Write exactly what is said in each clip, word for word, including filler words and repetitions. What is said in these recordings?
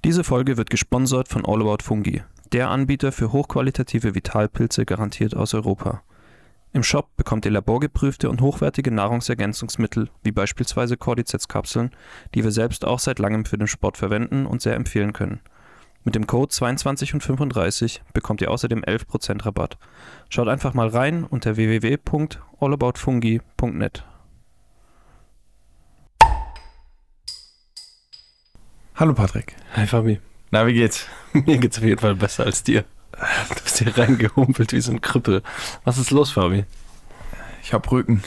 Diese Folge wird gesponsert von All About Fungi, der Anbieter für hochqualitative Vitalpilze garantiert aus Europa. Im Shop bekommt ihr laborgeprüfte und hochwertige Nahrungsergänzungsmittel, wie beispielsweise Cordyceps-Kapseln, die wir selbst auch seit langem für den Sport verwenden und sehr empfehlen können. Mit dem Code zweiundzwanzig und fünfunddreißig bekommt ihr außerdem elf Prozent Rabatt. Schaut einfach mal rein unter w w w punkt allaboutfungi punkt net. Hallo Patrick. Hi Fabi. Na, wie geht's? Mir geht's auf jeden Fall besser als dir. Du bist hier reingehumpelt wie so ein Krüppel. Was ist los, Fabi? Ich hab Rücken.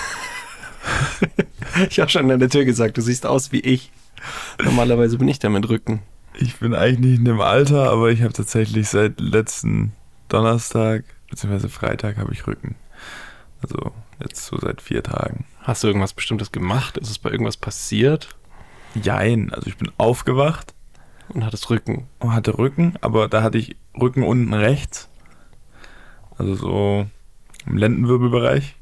Ich habe schon an der Tür gesagt, du siehst aus wie ich. Normalerweise bin ich der mit Rücken. Ich bin eigentlich nicht in dem Alter, aber ich habe tatsächlich seit letzten Donnerstag bzw. Freitag habe ich Rücken. Also jetzt so seit vier Tagen. Hast du irgendwas Bestimmtes gemacht? Ist es bei irgendwas passiert? Jein, also ich bin aufgewacht. Und hattest Rücken? Und hatte Rücken, aber da hatte ich Rücken unten rechts. Also so im Lendenwirbelbereich.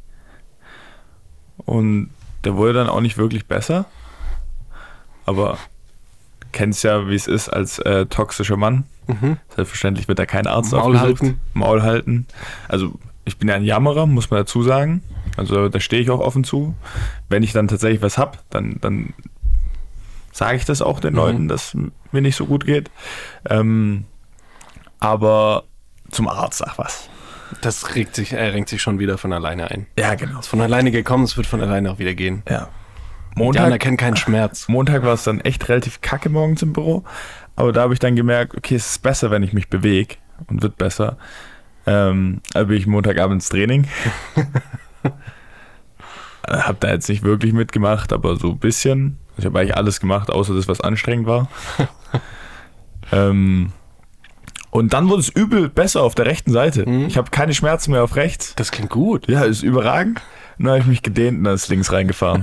Und der wurde dann auch nicht wirklich besser. Aber du kennst ja, wie es ist als äh, toxischer Mann. Mhm. Selbstverständlich wird da kein Arzt Maul aufgesucht. halten. Maul halten. Also ich bin ja ein Jammerer, muss man dazu sagen. Also da stehe ich auch offen zu. Wenn ich dann tatsächlich was hab, dann, dann sage ich das auch den Mhm. Leuten, dass mir nicht so gut geht. Ähm, aber zum Arzt, ach was. Das regt sich, er renkt sich schon wieder von alleine ein. Ja, genau. Ist von alleine gekommen, es wird von alleine auch wieder gehen. Ja. Montag, Montag, kennt keinen Schmerz. Montag war es dann echt relativ kacke morgens im Büro. Aber da habe ich dann gemerkt, okay, es ist besser, wenn ich mich bewege. Und wird besser. Ähm, da bin ich Montagabend ins Training. Habe da jetzt nicht wirklich mitgemacht, aber so ein bisschen. Ich habe eigentlich alles gemacht, außer das, was anstrengend war. ähm, und dann wurde es übel besser auf der rechten Seite. Mhm. Ich habe keine Schmerzen mehr auf rechts. Das klingt gut. Ja, ist überragend. Und dann habe ich mich gedehnt und dann ist links reingefahren.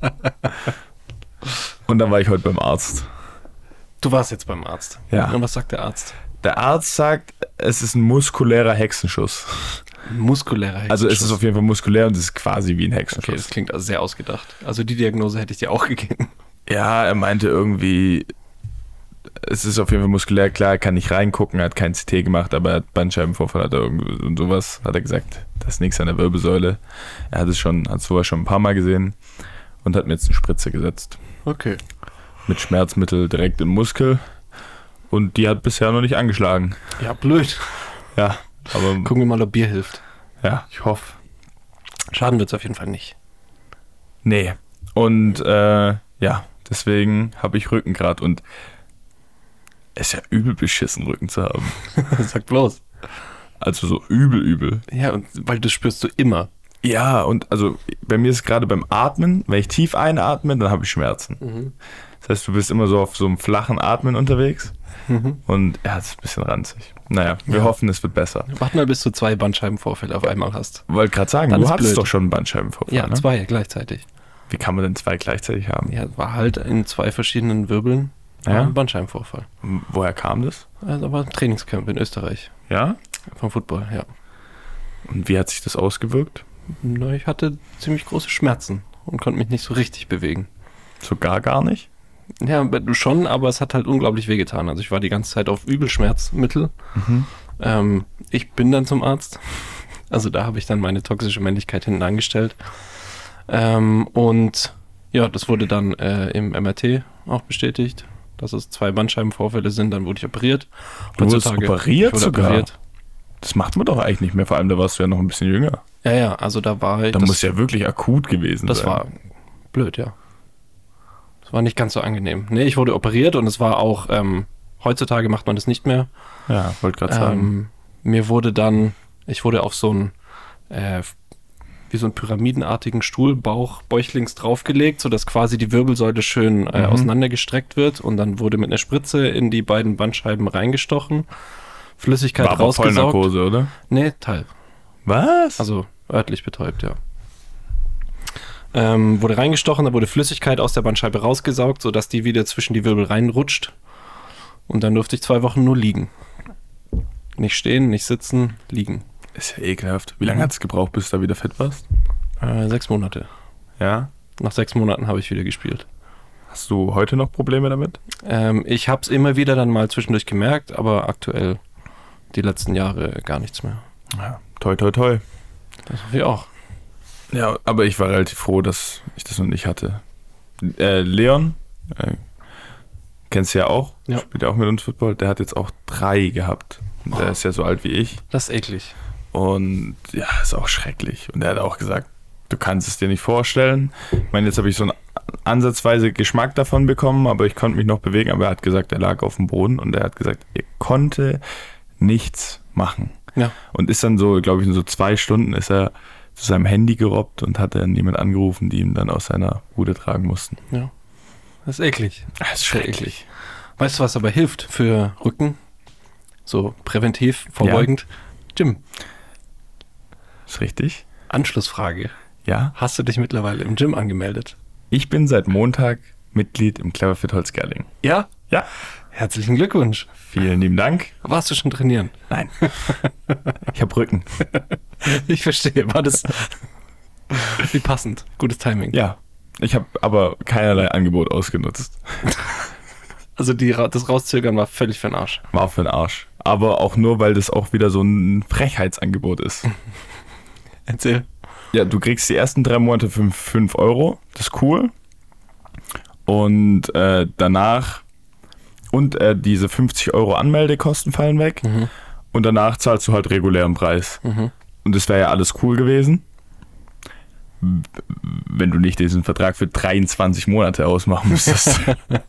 Und dann war ich heute beim Arzt. Du warst jetzt beim Arzt. Ja. Und was sagt der Arzt? Der Arzt sagt, es ist ein muskulärer Hexenschuss. Muskulärer Hexenschuss. Also es ist auf jeden Fall muskulär und es ist quasi wie ein Okay, Hexenschuss. das klingt also sehr ausgedacht. Also die Diagnose hätte ich dir auch gegeben. Ja, er meinte irgendwie, es ist auf jeden Fall muskulär, klar, er kann nicht reingucken, er hat kein C T gemacht, aber er hat Bandscheibenvorfall, hat er irgendwie und sowas, hat er gesagt, das ist nichts an der Wirbelsäule. Er hat es schon, hat sowas schon ein paar Mal gesehen und hat mir jetzt eine Spritze gesetzt. Okay. Mit Schmerzmittel direkt im Muskel und die hat bisher noch nicht angeschlagen. Ja, blöd. Ja, aber Gucken wir mal, ob Bier hilft. ja, ich hoffe. Schaden wird es auf jeden Fall nicht. Nee. Und äh, ja, deswegen habe ich Rücken gerade und es ist ja übel beschissen, Rücken zu haben. Sag bloß. Also so übel, übel. Ja, und weil das spürst du immer. Ja, und also bei mir ist es gerade beim Atmen, wenn ich tief einatme, dann habe ich Schmerzen. Mhm. Das heißt, du bist immer so auf so einem flachen Atmen unterwegs Mhm. und ja, das ist ein bisschen ranzig. Naja, wir Ja. hoffen, es wird besser. Warte mal, bis du zwei Bandscheibenvorfälle auf einmal hast. Wollte gerade sagen, Dann du ist hattest blöd. doch schon einen Bandscheibenvorfall, Ja, ne? zwei gleichzeitig. Wie kann man denn zwei gleichzeitig haben? Ja, war halt in zwei verschiedenen Wirbeln Ja? ein Bandscheibenvorfall. Woher kam das? Also war ein Trainingscamp in Österreich. Ja? Vom Football, ja. Und wie hat sich das ausgewirkt? Na, ich hatte ziemlich große Schmerzen und konnte mich nicht so richtig bewegen. So gar, gar nicht? Ja, schon, aber es hat halt unglaublich wehgetan. Also ich war die ganze Zeit auf Übelschmerzmittel. Mhm. Ähm, ich bin dann zum Arzt. Also da habe ich dann meine toxische Männlichkeit hinten angestellt. Ähm, und ja, das wurde dann äh, im M R T auch bestätigt, dass es zwei Bandscheibenvorfälle sind. Dann wurde ich operiert. Du wurdest Heutzutage- operiert ich wurde sogar? operiert. Das macht man doch eigentlich nicht mehr, vor allem da warst du ja noch ein bisschen jünger. Ja, ja, also da war ich. Da das, muss ja wirklich akut gewesen Das sein. war blöd, ja. Das war nicht ganz so angenehm. Nee, ich wurde operiert und es war auch, ähm, heutzutage macht man das nicht mehr. Ja, wollte gerade sagen. Ähm, mir wurde dann, ich wurde auf so einen, äh, wie so einen pyramidenartigen Stuhl, Bauch, bäuchlings draufgelegt, sodass quasi die Wirbelsäule schön äh, Mhm. auseinandergestreckt wird und dann wurde mit einer Spritze in die beiden Bandscheiben reingestochen, Flüssigkeit War aber rausgesaugt. Vollnarkose, oder? Nee, Teil. Was? Also örtlich betäubt, ja. Ähm, wurde reingestochen, da wurde Flüssigkeit aus der Bandscheibe rausgesaugt, sodass die wieder zwischen die Wirbel reinrutscht. Und dann durfte ich zwei Wochen nur liegen. Nicht stehen, nicht sitzen, liegen. Ist ja ekelhaft. Wie lange Mhm. hat es gebraucht, bis du da wieder fit warst? Äh, sechs Monate. Ja? Nach sechs Monaten habe ich wieder gespielt. Hast du heute noch Probleme damit? Ähm, ich habe es immer wieder dann mal zwischendurch gemerkt, aber aktuell die letzten Jahre gar nichts mehr. Ja, toi, toi, toi. Das hoffe ich auch. Ja, aber ich war relativ froh, dass ich das noch nicht hatte. Äh, Leon, äh, kennst du ja auch, Ja. spielt ja auch mit uns Football, der hat jetzt auch drei gehabt. Und der Oh. ist ja so alt wie ich. Das ist eklig. Und ja, ist auch schrecklich. Und er hat auch gesagt, du kannst es dir nicht vorstellen. Ich meine, jetzt habe ich so einen ansatzweise Geschmack davon bekommen, aber ich konnte mich noch bewegen. Aber er hat gesagt, er lag auf dem Boden und er hat gesagt, er konnte nichts machen. Ja. Und ist dann so, glaube ich, in so zwei Stunden ist er zu seinem Handy gerobbt und hat dann jemand angerufen, die ihn dann aus seiner Bude tragen mussten. Ja. Das ist eklig. Das ist Sehr schrecklich. eklig. Weißt du, was aber hilft für Rücken? So präventiv, vorbeugend? Jim, Ist richtig? Anschlussfrage. Ja. Hast du dich mittlerweile im Gym angemeldet? Ich bin seit Montag Mitglied im Cleverfit Holzgerling. Ja? Ja. Herzlichen Glückwunsch. Vielen lieben Dank. Warst du schon trainieren? Nein. Ich habe Rücken. Ich verstehe. War das wie passend? Gutes Timing. Ja. Ich habe aber keinerlei Angebot ausgenutzt. Also die, Ra- das Rauszögern war völlig für den Arsch. War für den Arsch. Aber auch nur, weil das auch wieder so ein Frechheitsangebot ist. Erzähl. Ja, du kriegst die ersten drei Monate für fünf Euro. Das ist cool. Und äh, danach und äh, diese fünfzig Euro Anmeldekosten fallen weg. Mhm. Und danach zahlst du halt regulären Preis. Mhm. Und das wäre ja alles cool gewesen, w- wenn du nicht diesen Vertrag für dreiundzwanzig Monate ausmachen müsstest.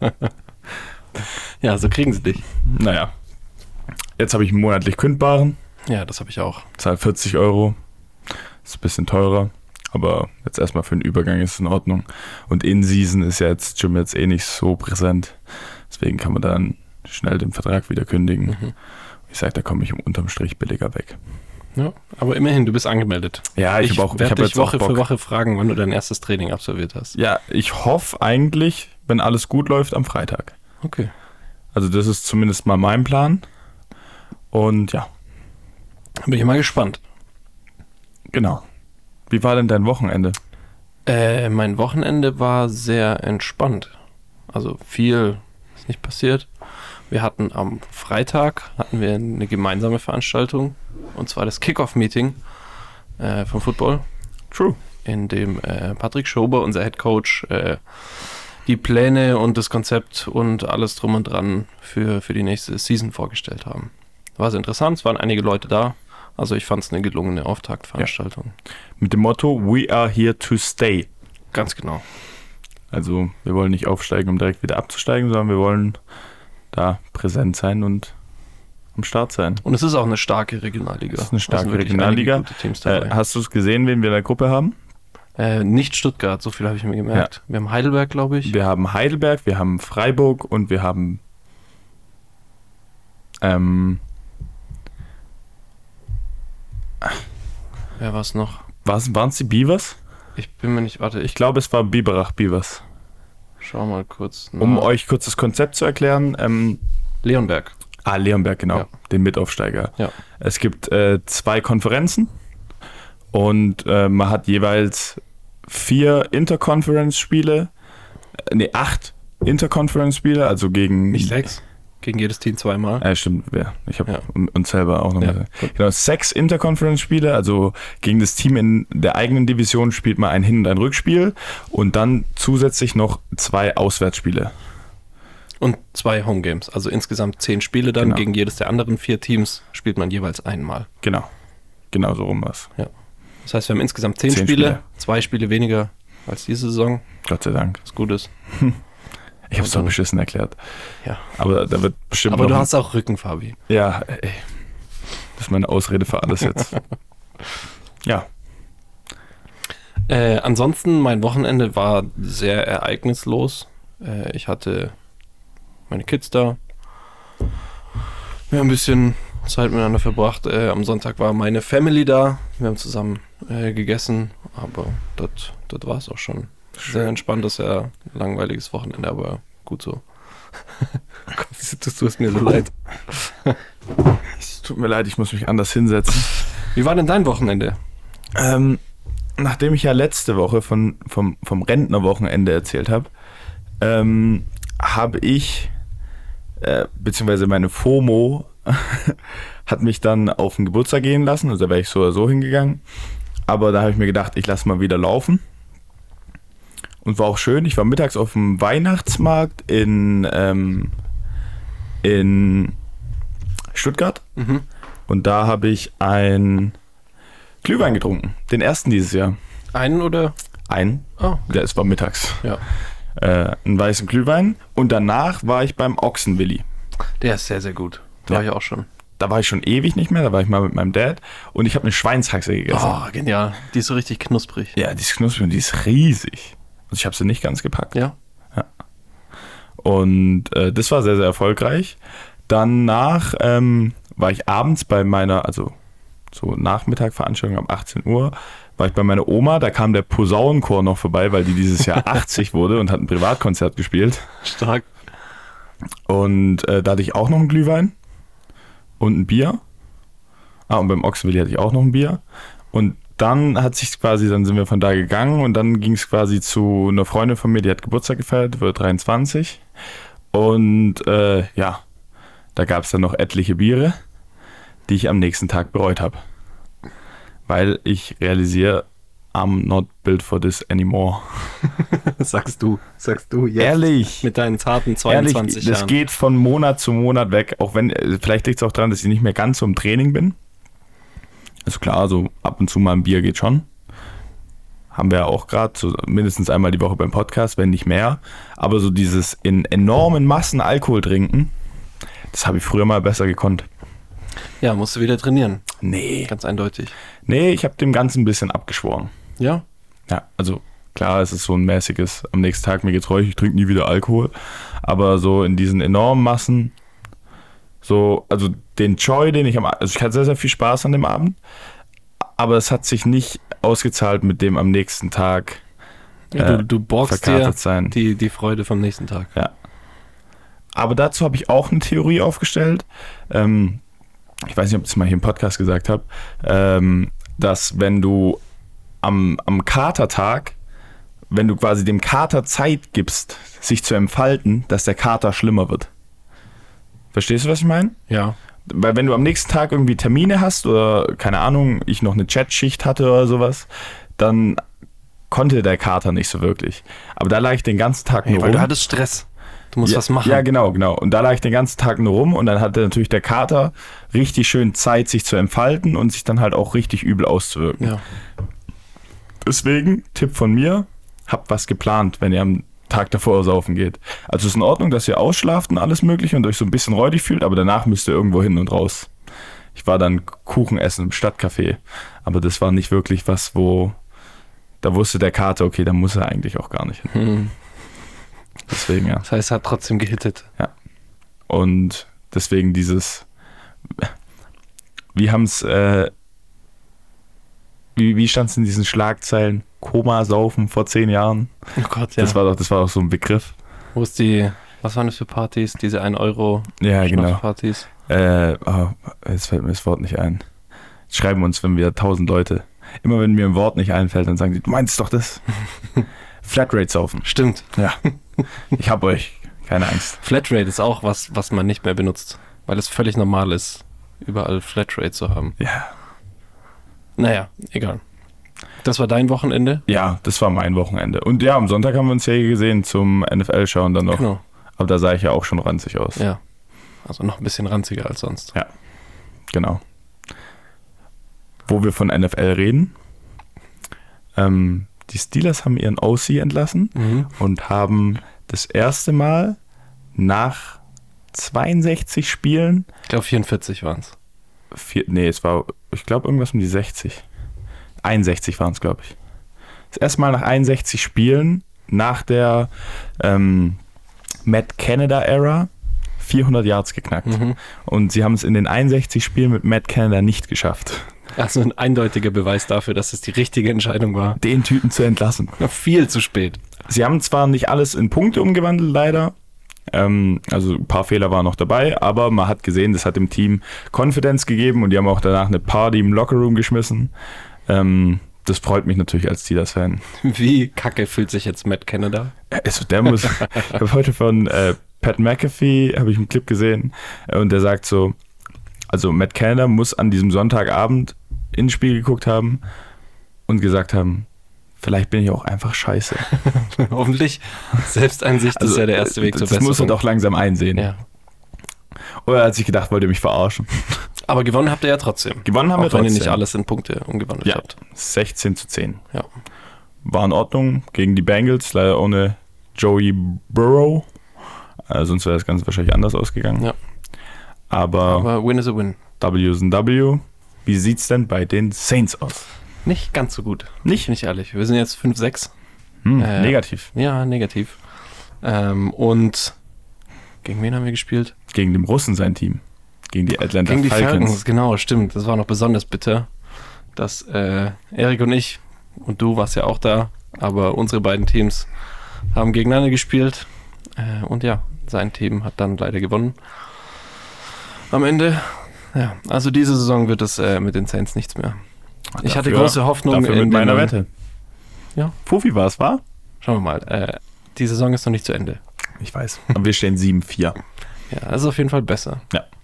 Ja, so kriegen sie dich. Naja. Jetzt habe ich einen monatlich kündbaren. Ja, das habe ich auch. Zahl vierzig Euro. Ist ein bisschen teurer. Aber jetzt erstmal für den Übergang ist es in Ordnung. Und In-Season ist ja jetzt Gym jetzt eh nicht so präsent. Deswegen kann man dann schnell den Vertrag wieder kündigen. Mhm. Ich sage, da komme ich unterm Strich billiger weg. Ja, aber immerhin, du bist angemeldet. Ja, ich, habe auch, ich werde habe dich jetzt auch Woche Bock. für Woche fragen, wann du dein erstes Training absolviert hast. Ja, ich hoffe eigentlich, wenn alles gut läuft, am Freitag. Okay. Also das ist zumindest mal mein Plan. Und ja, Bin ich mal gespannt. genau. Wie war denn dein Wochenende? Äh, mein Wochenende war sehr entspannt. Also viel ist nicht passiert. Wir hatten am Freitag hatten wir eine gemeinsame Veranstaltung, und zwar das Kickoff-Meeting äh, vom Football, True. in dem äh, Patrick Schober, unser Head Coach, äh, die Pläne und das Konzept und alles drum und dran für, für die nächste Season vorgestellt haben. War sehr interessant, es waren einige Leute da. Also ich fand es eine gelungene Auftaktveranstaltung. Mit dem Motto, we are here to stay. Ganz genau. Also wir wollen nicht aufsteigen, um direkt wieder abzusteigen, sondern wir wollen da präsent sein und am Start sein. Und es ist auch eine starke Regionalliga. Das ist eine starke Also wirklich Regionalliga. einige gute Teams dabei. Äh, hast du es gesehen, wen wir in der Gruppe haben? Äh, nicht Stuttgart, so viel habe ich mir gemerkt. Wir haben Heidelberg, glaube ich. Wir haben Heidelberg, wir haben Freiburg und wir haben ähm, Wer war es noch? waren es die Beavers? Ich bin mir nicht, warte, Ich ich glaube, es war Biberach Beavers. schau mal kurz nach. Um euch kurz das Konzept zu erklären, ähm, Leonberg. ah, Leonberg, genau, Ja. den Mitaufsteiger. Ja. Es gibt äh, zwei Konferenzen und äh, man hat jeweils vier Interconference-Spiele, äh, nee, acht Interconference-Spiele, also gegen... Nicht sechs. Gegen jedes Team zweimal. Ja, stimmt, ja. Ich habe Ja. uns selber auch noch Ja, mal. gut. Genau, sechs Interconference-Spiele, also gegen das Team in der eigenen Division spielt man ein Hin- und ein Rückspiel und dann zusätzlich noch zwei Auswärtsspiele. Und zwei Homegames. Also insgesamt zehn Spiele dann. Genau. Gegen jedes der anderen vier Teams spielt man jeweils einmal. Genau. Genau so rum was. Das heißt, wir haben insgesamt zehn, Zehn Spiele, Spiele. zwei Spiele weniger als diese Saison, Gott sei Dank. was gut ist. Ich habe es Und so dann- beschissen erklärt. Ja. Aber da wird bestimmt Aber noch du ein- hast auch Rücken, Fabi. Ja, ey. Das ist meine Ausrede für alles jetzt. Ja. Äh, ansonsten, mein Wochenende war sehr ereignislos. Äh, ich hatte meine Kids da. Wir haben ein bisschen Zeit miteinander verbracht. Äh, am Sonntag war meine Family da. Wir haben zusammen äh, gegessen, aber das war es auch schon. Sehr entspanntes, sehr langweiliges Wochenende, aber gut so. Du tust mir so leid. Es tut mir leid, ich muss mich anders hinsetzen. Wie war denn dein Wochenende? Ähm, nachdem ich ja letzte Woche von, vom, vom Rentnerwochenende erzählt habe, ähm, habe ich, äh, beziehungsweise meine FOMO hat mich dann auf den Geburtstag gehen lassen, also da wäre ich so oder so hingegangen. Aber da habe ich mir gedacht, ich lasse mal wieder laufen. Und war auch schön. Ich war mittags auf dem Weihnachtsmarkt in, ähm, in Stuttgart. Mhm. Und da habe ich ein Glühwein getrunken. Den ersten dieses Jahr. Einen oder? Einen. Oh. Der es war mittags. Ja. Äh, einen weißen Glühwein. Und danach war ich beim Ochsenwilli. Der ist sehr, sehr gut. Da Ja. war ich auch schon. Da war ich schon ewig nicht mehr. Da war ich mal mit meinem Dad. Und ich habe eine Schweinshaxe gegessen. Oh, genial. Die ist so richtig knusprig. Ja, die ist knusprig und die ist riesig. Also ich habe sie nicht ganz gepackt. Ja. Und äh, das war sehr, sehr erfolgreich. Danach ähm, war ich abends bei meiner, also so Nachmittagveranstaltung um achtzehn Uhr, war ich bei meiner Oma. Da kam der Posaunenchor noch vorbei, weil die dieses Jahr achtzig wurde und hat ein Privatkonzert gespielt. Stark. Und äh, da hatte ich auch noch einen Glühwein und ein Bier. Ah, und beim Ochsenwilli hatte ich auch noch ein Bier. Und dann hat sich quasi, dann sind wir von da gegangen und dann ging es quasi zu einer Freundin von mir, die hat Geburtstag gefeiert, wird dreiundzwanzig. Und äh, ja, da gab es dann noch etliche Biere, die ich am nächsten Tag bereut habe. Weil ich realisiere, I'm not built for this anymore. Sagst du. Sagst du jetzt. Ehrlich. Mit deinen zarten zweiundzwanzig Ehrlich, das Jahren. geht von Monat zu Monat weg, auch wenn, vielleicht liegt es auch daran, dass ich nicht mehr ganz so im Training bin. Also klar, so ab und zu mal ein Bier geht schon. Haben wir ja auch gerade, so mindestens einmal die Woche beim Podcast, wenn nicht mehr. Aber so dieses in enormen Massen Alkohol trinken, das habe ich früher mal besser gekonnt. Ja, musst du wieder trainieren. Nee. Ganz eindeutig. Nee, ich habe dem Ganzen ein bisschen abgeschworen. Ja? Ja, also klar, es ist so ein mäßiges, am nächsten Tag mir geht's ruhig, ich trinke nie wieder Alkohol. Aber so in diesen enormen Massen, so, also den Joy, den ich am also ich hatte sehr, sehr viel Spaß an dem Abend, aber es hat sich nicht ausgezahlt mit dem am nächsten Tag Ja, äh, du, du borgst dir verkatert sein. die, die Freude vom nächsten Tag. Ja. Aber dazu habe ich auch eine Theorie aufgestellt. Ähm, ich weiß nicht, ob ich das mal hier im Podcast gesagt habe, ähm, dass wenn du am, am Katertag, wenn du quasi dem Kater Zeit gibst, sich zu entfalten, dass der Kater schlimmer wird. Verstehst du, was ich meine? Ja. Weil wenn du am nächsten Tag irgendwie Termine hast oder, keine Ahnung, ich noch eine Chatschicht hatte oder sowas, dann konnte der Kater nicht so wirklich. Aber da lag ich den ganzen Tag Hey, nur weil rum. du hattest Stress. Du musst ja, was machen. Ja, genau, genau. Und da lag ich den ganzen Tag nur rum und dann hatte natürlich der Kater richtig schön Zeit, sich zu entfalten und sich dann halt auch richtig übel auszuwirken. Ja. Deswegen, Tipp von mir, habt was geplant, wenn ihr am Tag davor saufen geht. Also es ist in Ordnung, dass ihr ausschlaft und alles mögliche und euch so ein bisschen räudig fühlt, aber danach müsst ihr irgendwo hin und raus. Ich war dann Kuchen essen im Stadtcafé, aber das war nicht wirklich was, wo, da wusste der Kater, okay, da muss er eigentlich auch gar nicht hin. Hm. Deswegen, ja. Das heißt, er hat trotzdem gehittet. Und deswegen dieses, wie haben es, äh, wie, wie stand es in diesen Schlagzeilen? Koma-Saufen vor zehn Jahren. Oh Gott, ja. Das war doch, das war doch so ein Begriff. Wo ist die, was waren das für Partys? Diese ein Euro Ja, genau. Partys. Äh, oh, jetzt fällt mir das Wort nicht ein. Schreiben uns, wenn wir tausend Leute. Immer wenn mir ein Wort nicht einfällt, dann sagen die, du meinst doch das. Flatrate-Saufen. Stimmt. Ja. Ich hab euch. Keine Angst. Flatrate ist auch was, was man nicht mehr benutzt, weil es völlig normal ist, überall Flatrate zu haben. Ja. Naja, egal. Das war dein Wochenende? Ja, das war mein Wochenende. Und ja, am Sonntag haben wir uns ja hier gesehen zum N F L-Schauen dann noch. Genau. Aber da sah ich ja auch schon ranzig aus. Ja. Also noch ein bisschen ranziger als sonst. Ja, genau. Wo wir von N F L reden. Ähm, die Steelers haben ihren O C entlassen Mhm. und haben das erste Mal nach zweiundsechzig Spielen, Ich glaube vierundvierzig waren es. vier, nee, es war, ich glaube, irgendwas um die sechzig. einundsechzig waren es, glaube ich. Das erste Mal nach einundsechzig Spielen, nach der ähm, Matt Canada-Ära, vierhundert Yards geknackt. Mhm. Und sie haben es in den einundsechzig Spielen mit Matt Canada nicht geschafft, Also ein eindeutiger Beweis dafür, dass es die richtige Entscheidung war. den Typen zu entlassen. Noch viel zu spät. Sie haben zwar nicht alles in Punkte umgewandelt, leider. Ähm, also ein paar Fehler waren noch dabei, aber man hat gesehen, das hat dem Team Confidence gegeben und die haben auch danach eine Party im Lockerroom geschmissen. Ähm, das freut mich natürlich als Steelers-Fan. Wie kacke fühlt sich jetzt Matt Canada? Also der muss, ich habe heute von äh, Pat McAfee, habe ich einen Clip gesehen, äh, und der sagt so, also Matt Canada muss an diesem Sonntagabend ins Spiel geguckt haben und gesagt haben, vielleicht bin ich auch einfach scheiße. Hoffentlich. Selbsteinsicht Also, ist ja der erste Weg das zur Besserung. Das muss er doch langsam einsehen. Ja. Oder hat sich gedacht, wollt ihr mich verarschen? Aber gewonnen habt ihr ja trotzdem. Gewonnen haben Auch wir trotzdem. wenn ihr nicht alles in Punkte umgewandelt Ja, habt. sechzehn zu zehn. Ja. War in Ordnung gegen die Bengals, leider ohne Joey Burrow. Äh, sonst wäre das Ganze wahrscheinlich anders ausgegangen. Ja. Aber, Aber Win is a Win. W ist ein W. Wie sieht's denn bei den Saints aus? Nicht ganz so gut. Nicht? Nicht ehrlich. Wir sind jetzt fünf sechs. Hm, Äh, negativ. Ja, negativ. Ähm, und gegen wen haben wir gespielt? Gegen den Russen sein Team. Gegen die Atlanta Gegen die Falcons. Falcons, genau, stimmt. Das war noch besonders bitter, dass äh, Erik und ich, und du warst ja auch da, aber unsere beiden Teams haben gegeneinander gespielt. Äh, und ja, sein Team hat dann leider gewonnen. Am Ende, ja, also diese Saison wird es äh, mit den Saints nichts mehr. Ich hatte Dafür- große Hoffnung Dafür mit in meiner den- Wette. Ja. Fufi war es, war? Schauen wir mal, äh, die Saison ist noch nicht zu Ende. Ich weiß. Aber wir stehen sieben vier. Ja, das ist auf jeden Fall besser.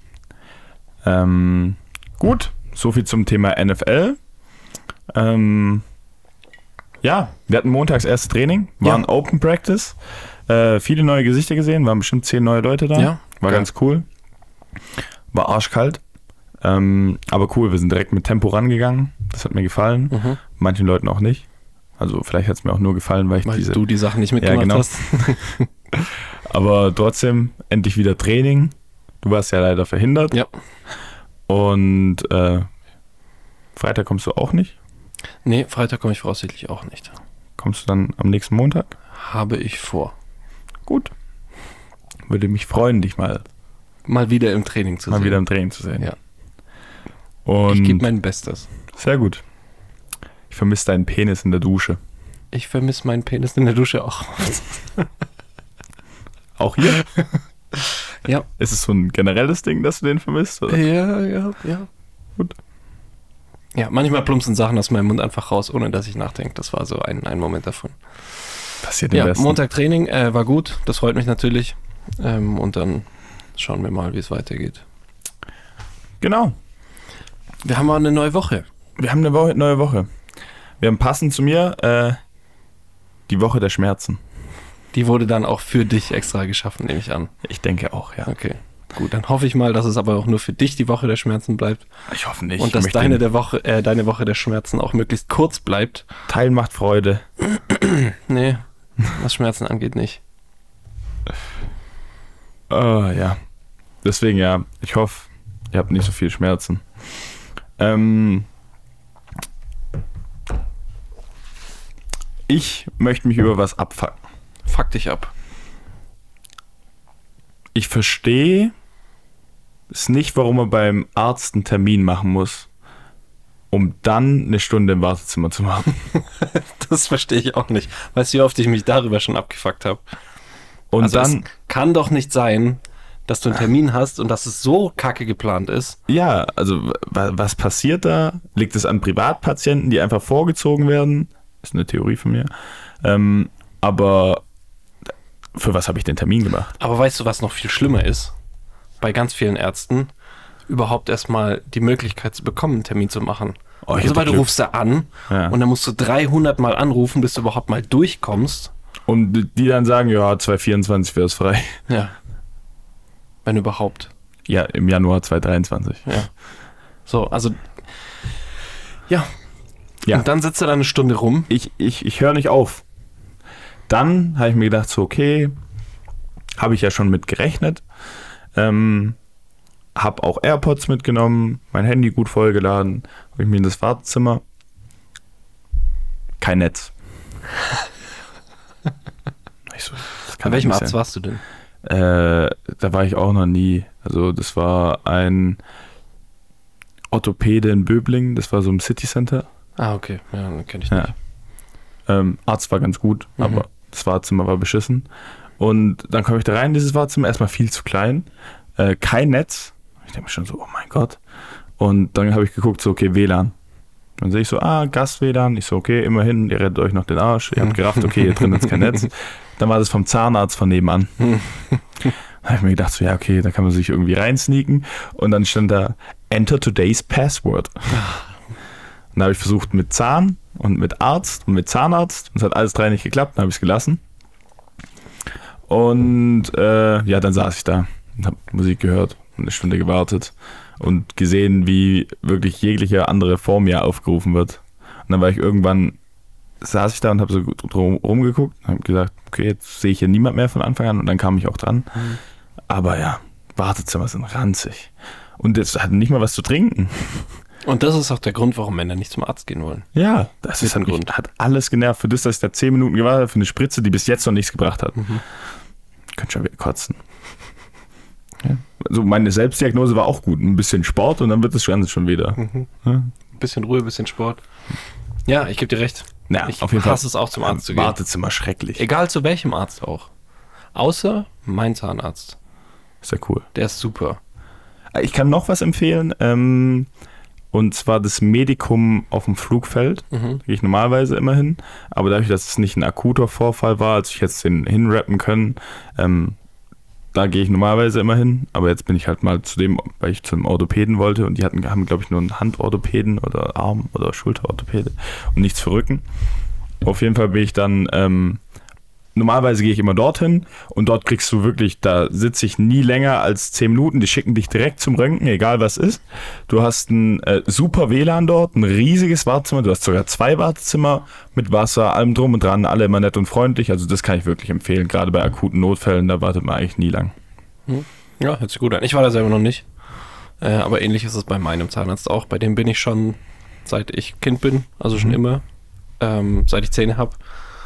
Ähm, gut, soviel zum Thema N F L. Ähm, ja, wir hatten montags erstes Training, war ein Ja. Open Practice. Äh, viele neue Gesichter gesehen, waren bestimmt zehn neue Leute da. Ja, war geil. ganz cool. War arschkalt. Ähm, aber cool, wir sind direkt mit Tempo rangegangen. Das hat mir gefallen. Mhm. Manchen Leuten auch nicht. Also vielleicht hat es mir auch nur gefallen, weil ich Weil diese... du die Sachen nicht mitgemacht genau. hast. Aber trotzdem, endlich wieder Training. Du warst ja leider verhindert. Ja. Und äh, Freitag kommst du auch nicht. Nee, Freitag komme ich voraussichtlich auch nicht. Kommst du dann am nächsten Montag? Habe ich vor. Gut. Würde mich freuen, dich mal, Mal wieder im Training zu mal sehen. wieder im Training zu sehen. Ja. Und Ich gebe mein Bestes. sehr gut. Ich vermisse deinen Penis in der Dusche. Ich vermisse meinen Penis in der Dusche auch. Auch hier? Ja. Ist es so ein generelles Ding, dass du den vermisst? Oder? Ja, ja, ja. Gut. Ja, manchmal plumpsen Sachen aus meinem Mund einfach raus, ohne dass ich nachdenke. Das war so ein, ein Moment davon. Passiert im Ja, Besten. Montag Training äh, war gut. Das freut mich natürlich. Ähm, und dann schauen wir mal, wie es weitergeht. Genau. Wir haben mal eine neue Woche. Wir haben eine Woche, neue Woche. Wir haben passend zu mir äh, die Woche der Schmerzen. Die wurde dann auch für dich extra geschaffen, nehme ich an. Ich denke auch, ja. Okay. Gut, dann hoffe ich mal, dass es aber auch nur für dich die Woche der Schmerzen bleibt. Ich hoffe nicht. Und dass Ich möchte deine, den- der Woche, äh, deine Woche der Schmerzen auch möglichst kurz bleibt. Teilen macht Freude. Nee, was Schmerzen angeht, nicht. Oh, ja. Deswegen ja, ich hoffe, ihr habt nicht so viel Schmerzen. Ähm, ich möchte mich über was abfucken. Fuck dich ab. Ich verstehe es nicht, warum man beim Arzt einen Termin machen muss, um dann eine Stunde im Wartezimmer zu machen. Das verstehe ich auch nicht. Weißt du, wie oft ich mich darüber schon abgefuckt habe? Und Also dann, es kann doch nicht sein, dass du einen Termin hast und dass es so kacke geplant ist. ja, also wa- was passiert da? Liegt es an Privatpatienten, die einfach vorgezogen werden? Ist eine Theorie von mir. Ähm, aber für was habe ich den Termin gemacht? Aber weißt du, was noch viel schlimmer ist? Bei ganz vielen Ärzten überhaupt erstmal die Möglichkeit zu bekommen, einen Termin zu machen. Oh, ich also hatte weil du Glück. rufst da an Ja. und dann musst du dreihundert Mal anrufen, bis du überhaupt mal durchkommst. Und die dann sagen, ja, zwanzig vierundzwanzig wäre es frei. Ja. Wenn überhaupt. Ja, im Januar zwanzig dreiundzwanzig. Ja. So, also. Ja. Ja. Und dann sitzt er da eine Stunde rum. Ich, ich, ich höre nicht auf. Dann habe ich mir gedacht, so okay, habe ich ja schon mit gerechnet. Ähm, habe auch AirPods mitgenommen, mein Handy gut vollgeladen, habe ich mir in das Wartezimmer. Kein Netz. Ich so, das kann Bei welchem doch nicht Arzt sein. warst du denn? Äh, da war ich auch noch nie. Also das war ein Orthopäde in Böblingen, das war so im City Center. Ah, okay. Ja, kenne ich nicht. Ja. Ähm, Arzt war ganz gut, Mhm. aber das Wartezimmer war beschissen. Und dann komme ich da rein in dieses Wartezimmer, erstmal viel zu klein, äh, kein Netz. Ich denke mir schon so, oh mein Gott. Und dann habe ich geguckt, so okay, W L A N. Dann sehe ich so, ah, Gast-W L A N. Ich so, okay, immerhin, ihr rettet euch noch den Arsch. Ihr habt gerafft, okay, hier drin ist kein Netz. Dann war das vom Zahnarzt von nebenan. Da habe ich mir gedacht, so, ja, okay, da kann man sich irgendwie reinsneaken. Und dann stand da, Enter today's Password. Und dann habe ich versucht mit Zahn und mit Arzt und mit Zahnarzt. Und es hat alles drei nicht geklappt, dann habe ich es gelassen. Und äh, ja, dann saß ich da und habe Musik gehört und eine Stunde gewartet und gesehen, wie wirklich jegliche andere vor mir aufgerufen wird. Und dann war ich irgendwann, saß ich da und habe so drum rumgeguckt und habe gesagt, okay, jetzt sehe ich hier niemand mehr von Anfang an und dann kam ich auch dran. Mhm. Aber ja, Wartezimmer sind ranzig. Und jetzt hatten nicht mal was zu trinken. Und das ist auch der Grund, warum Männer nicht zum Arzt gehen wollen. Ja, das ist ein Grund. Hat alles genervt. Für das, dass ich da zehn Minuten gewartet habe, für eine Spritze, die bis jetzt noch nichts gebracht hat. Mhm. Könnte schon wieder kotzen. Ja. Also meine Selbstdiagnose war auch gut. Ein bisschen Sport und dann wird das Ganze schon wieder. Mhm. Ja. Ein bisschen Ruhe, ein bisschen Sport. Ja, ich gebe dir recht. Ja, ich auf jeden hasse es auch, zum Arzt zu gehen. Wartezimmer schrecklich. Egal zu welchem Arzt auch. Außer mein Zahnarzt. Ist ja cool. Der ist super. Ich kann noch was empfehlen. Ähm, und zwar das Medikum auf dem Flugfeld. Mhm. Da gehe ich normalerweise immer hin. Aber dadurch, dass es nicht ein akuter Vorfall war, als ich jetzt den hinrappen können, ähm, da gehe ich normalerweise immer hin. Aber jetzt bin ich halt mal zu dem, weil ich zum Orthopäden wollte. Und die hatten, haben, glaube ich, nur einen Handorthopäden oder Arm- oder Schulterorthopäde und nichts für Rücken. Auf jeden Fall bin ich dann... Ähm, Normalerweise gehe ich immer dorthin und dort kriegst du wirklich, da sitze ich nie länger als zehn Minuten, die schicken dich direkt zum Röntgen, egal was ist. Du hast ein äh, super W L A N dort, ein riesiges Wartezimmer, du hast sogar zwei Wartezimmer mit Wasser, allem drum und dran, alle immer nett und freundlich, also das kann ich wirklich empfehlen, gerade bei akuten Notfällen, da wartet man eigentlich nie lang. Ja, hört sich gut an. Ich war da selber noch nicht, äh, aber ähnlich ist es bei meinem Zahnarzt auch, bei dem bin ich schon seit ich Kind bin, also schon mhm. immer, ähm, seit ich Zähne habe.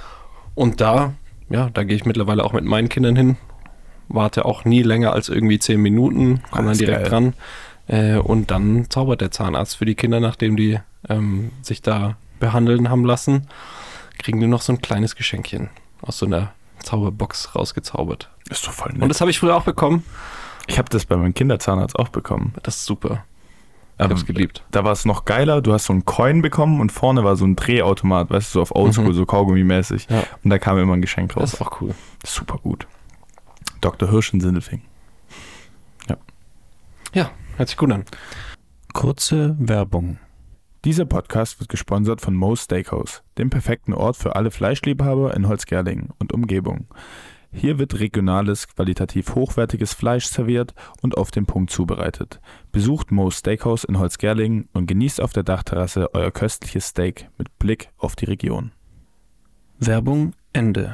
Und da... Ja, da gehe ich mittlerweile auch mit meinen Kindern hin. Warte auch nie länger als irgendwie zehn Minuten, komme dann direkt geil. dran. Äh, und dann zaubert der Zahnarzt für die Kinder, nachdem die ähm, sich da behandeln haben lassen, kriegen die noch so ein kleines Geschenkchen aus so einer Zauberbox rausgezaubert. Ist doch voll nett. Und das habe ich früher auch bekommen. Ich habe das bei meinem Kinderzahnarzt auch bekommen. Das ist super. Ich hab's geliebt. Da war es noch geiler, du hast so einen Coin bekommen und vorne war so ein Drehautomat, weißt du, so auf Oldschool, mhm. so Kaugummi-mäßig. Ja. Und da kam immer ein Geschenk raus. Das ist auch cool. Super gut. Doktor Hirsch in Sindelfingen. Ja. Ja, hört sich gut an. Kurze Werbung. Dieser Podcast wird gesponsert von Moe's Steakhouse, dem perfekten Ort für alle Fleischliebhaber in Holzgerlingen und Umgebung. Hier wird regionales, qualitativ hochwertiges Fleisch serviert und auf den Punkt zubereitet. Besucht Moe's Steakhouse in Holzgerlingen und genießt auf der Dachterrasse euer köstliches Steak mit Blick auf die Region. Werbung Ende.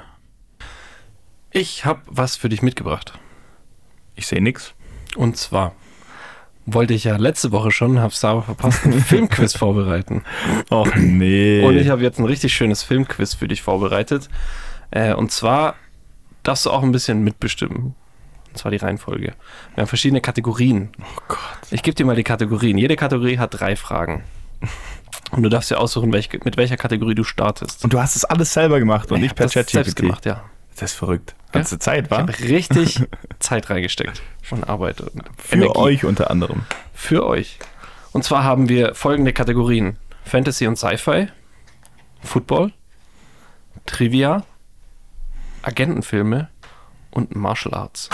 Ich habe was für dich mitgebracht. Ich sehe nix. Und zwar wollte ich ja letzte Woche schon, hab's aber verpasst, einen Filmquiz vorbereiten. Och nee. Und ich habe jetzt ein richtig schönes Filmquiz für dich vorbereitet. Äh, und zwar darfst du auch ein bisschen mitbestimmen. Und zwar die Reihenfolge. Wir haben verschiedene Kategorien. Oh Gott. Ich gebe dir mal die Kategorien. Jede Kategorie hat drei Fragen. Und du darfst dir aussuchen, welch, mit welcher Kategorie du startest. Und du hast das alles selber gemacht und ich nicht per ChatGPT. selbst gemacht, ja. Das ist verrückt. Hast du Zeit, wa? Ich habe richtig Zeit reingesteckt. Von Arbeit und Für Energie. euch unter anderem. Für euch. Und zwar haben wir folgende Kategorien. Fantasy und Sci-Fi, Football, Trivia, Agentenfilme und Martial Arts.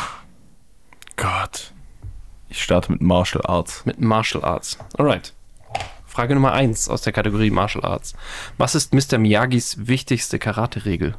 Gott. Ich starte mit Martial Arts. Mit Martial Arts. Alright. Frage Nummer eins aus der Kategorie Martial Arts. Was ist Mister Miyagis wichtigste Karate-Regel?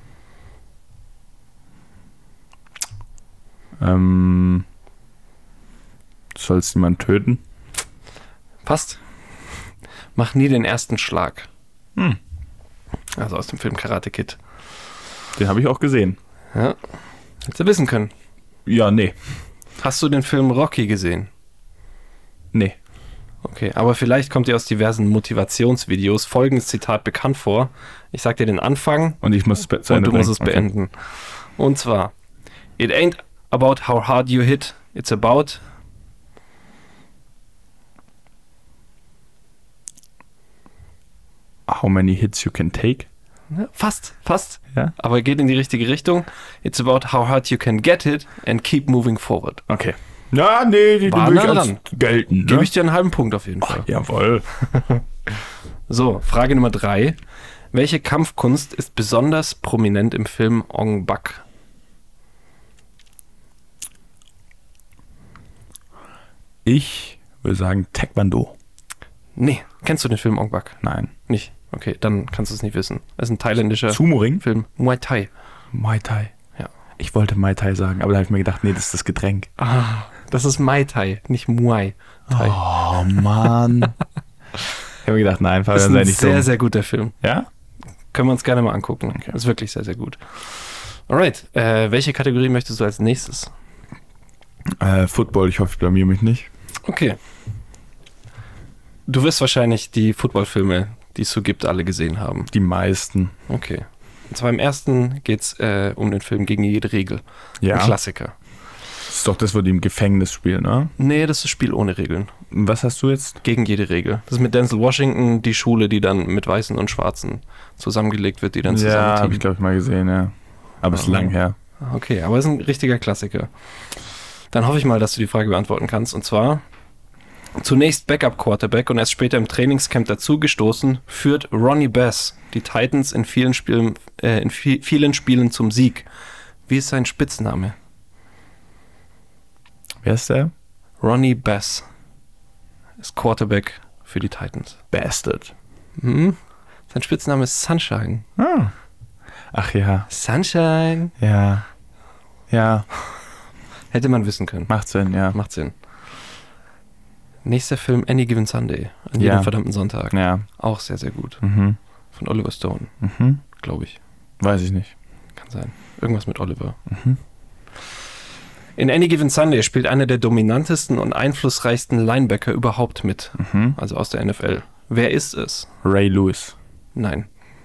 Ähm. Du sollst jemanden töten? Passt. Mach nie den ersten Schlag. Hm. Also aus dem Film Karate Kid. Den habe ich auch gesehen. Ja. Hättest du wissen können. Ja, nee. Hast du den Film Rocky gesehen? Nee. Okay, aber vielleicht kommt dir aus diversen Motivationsvideos folgendes Zitat bekannt vor. Ich sag dir den Anfang und ich muss es und du musst es beenden. Okay. Und zwar: It ain't about how hard you hit, it's about how many hits you can take. Ja, fast, fast. Ja? Aber geht in die richtige Richtung. It's about how hard you can get it and keep moving forward. Okay. Ja, nee, die will ich als gelten. Ne? Gebe ich dir einen halben Punkt auf jeden Fall. Ach, jawohl. So, Frage Nummer drei. Welche Kampfkunst ist besonders prominent im Film Ong Bak? Ich würde sagen Taekwondo. Nee, kennst du den Film Ong Bak? Nein. Nicht? Okay, dann kannst du es nicht wissen. Das ist ein thailändischer Sumo-Ring? Film. Muay Thai. Muay Thai. Ja. Ich wollte Muay Thai sagen, aber da habe ich mir gedacht, nee, das ist das Getränk. Ah, das ist Muay Thai, nicht Muay Thai. Oh, Mann. Ich habe mir gedacht, nein, Das ist Fabian, sei ein nicht sehr, dumm. sehr guter Film. Ja? Können wir uns gerne mal angucken. Okay. Das ist wirklich sehr, sehr gut. Alright, äh, welche Kategorie möchtest du als nächstes? Äh, Football, ich hoffe, ich blamier mich nicht. Okay. Du wirst wahrscheinlich die Footballfilme, die es so gibt, alle gesehen haben. Die meisten. Okay. Und zwar im ersten geht es äh, um den Film Gegen jede Regel. Ja. Ein Klassiker. Das ist doch das, wo die im Gefängnis spielen, ne? Nee, das ist Spiel ohne Regeln. Und was hast du jetzt? Gegen jede Regel. Das ist mit Denzel Washington die Schule, die dann mit Weißen und Schwarzen zusammengelegt wird, die dann zusammen Ja, habe teamen. ich glaube ich mal gesehen, ja. Aber es ist Ah. lang her. Okay, aber es ist ein richtiger Klassiker. Dann hoffe ich mal, dass du die Frage beantworten kannst. Und zwar, zunächst Backup-Quarterback und erst später im Trainingscamp dazugestoßen, führt Ronnie Bass die Titans in vielen Spielen, äh, in vi- vielen Spielen zum Sieg. Wie ist sein Spitzname? Wer ist der? Ronnie Bass ist Quarterback für die Titans. Bastard. Hm? Sein Spitzname ist Sunshine. Ah. Ach ja, Sunshine. ja. Ja, Hätte man wissen können. macht Sinn, ja. Macht Sinn. Nächster Film, Any Given Sunday. An jedem Ja. verdammten Sonntag. Ja. Auch sehr, sehr gut. Mhm. Von Oliver Stone, Mhm. glaube ich. Weiß ich nicht. Kann sein. Irgendwas mit Oliver. Mhm. In Any Given Sunday spielt einer der dominantesten und einflussreichsten Linebacker überhaupt mit. Mhm. Also aus der N F L. Wer ist es? Ray Lewis. Nein.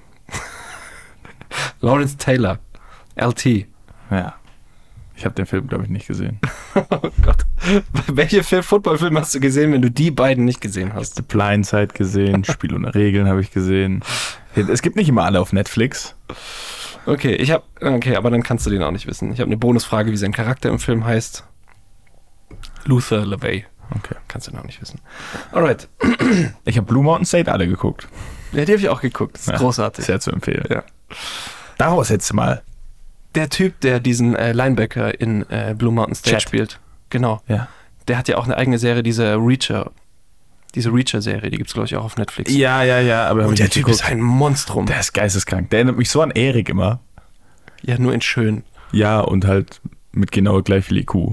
Lawrence Taylor. L T. Ja. Ich habe den Film, glaube ich, nicht gesehen. Oh Gott. Welche Film- Footballfilme hast du gesehen, wenn du die beiden nicht gesehen hast? The Blind Side gesehen, Spiel ohne Regeln habe ich gesehen. Es gibt nicht immer alle auf Netflix. Okay, ich habe. Okay, aber dann kannst du den auch nicht wissen. Ich habe eine Bonusfrage, wie sein Charakter im Film heißt. Luther LaVey. Okay. Kannst du noch nicht wissen. Alright. Ich habe Blue Mountain State alle geguckt. Ja, die habe ich auch geguckt. Das ist Ja, großartig. Sehr zu empfehlen. Ja. Daraus jetzt mal. Der Typ, der diesen äh, Linebacker in äh, Blue Mountain State Chet. spielt. Genau. Ja. Der hat ja auch eine eigene Serie, diese Reacher. Diese Reacher-Serie, die gibt es, glaube ich, auch auf Netflix. Ja, ja, ja. Aber hab Und ich der nicht Typ geguckt. ist ein Monstrum. Der ist geisteskrank. Der erinnert mich so an Erik immer. Ja, nur in schön. Ja, und halt mit genau gleich viel I Q.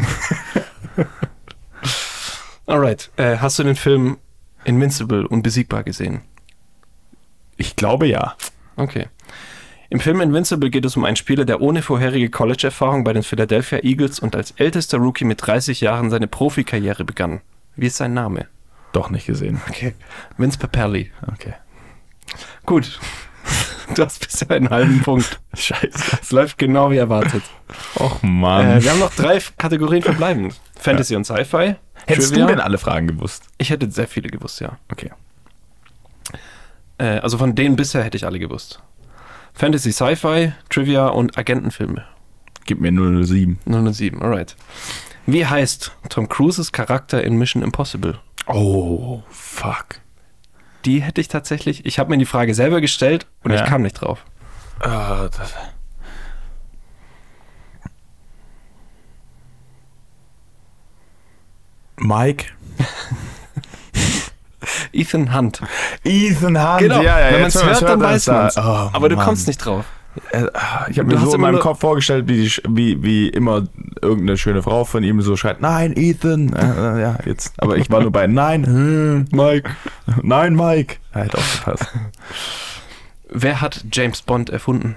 Alright. Äh, hast du den Film Invincible, Unbesiegbar gesehen? Ich glaube ja. Okay. Im Film Invincible geht es um einen Spieler, der ohne vorherige College-Erfahrung bei den Philadelphia Eagles und als ältester Rookie mit dreißig Jahren seine Profikarriere begann. Wie ist sein Name? Doch nicht gesehen. Okay. Vince Papelli. Okay. Gut. Du hast bisher einen halben Punkt. Scheiße. Es läuft genau wie erwartet. Och Mann. Äh, wir haben noch drei Kategorien verbleibend. Fantasy und Sci-Fi. Hättest Trivia. du denn alle Fragen gewusst? Ich hätte sehr viele gewusst, ja. Okay. Äh, also von denen bisher hätte ich alle gewusst. Fantasy, Sci-Fi, Trivia und Agentenfilme. Gib mir null null sieben. null null sieben, alright. Wie heißt Tom Cruises Charakter in Mission Impossible? Oh, fuck. Die hätte ich tatsächlich, ich habe mir die Frage selber gestellt und Ja. ich kam nicht drauf. Ah, das. Mike. Ethan Hunt. Ethan Hunt. Genau, ja, ja, wenn jetzt, man's hört, dann weiß da- man's. Oh, Aber du Mann. kommst nicht drauf. Äh, Ich habe Du mir hast so in immer meinem nur- Kopf vorgestellt, wie, die, wie, wie immer irgendeine schöne Frau von ihm so schreit, nein, Ethan. Äh, äh, ja, jetzt. Aber ich war nur bei, nein, hm, Mike. Nein, Mike. Er hat aufgepasst. Wer hat James Bond erfunden?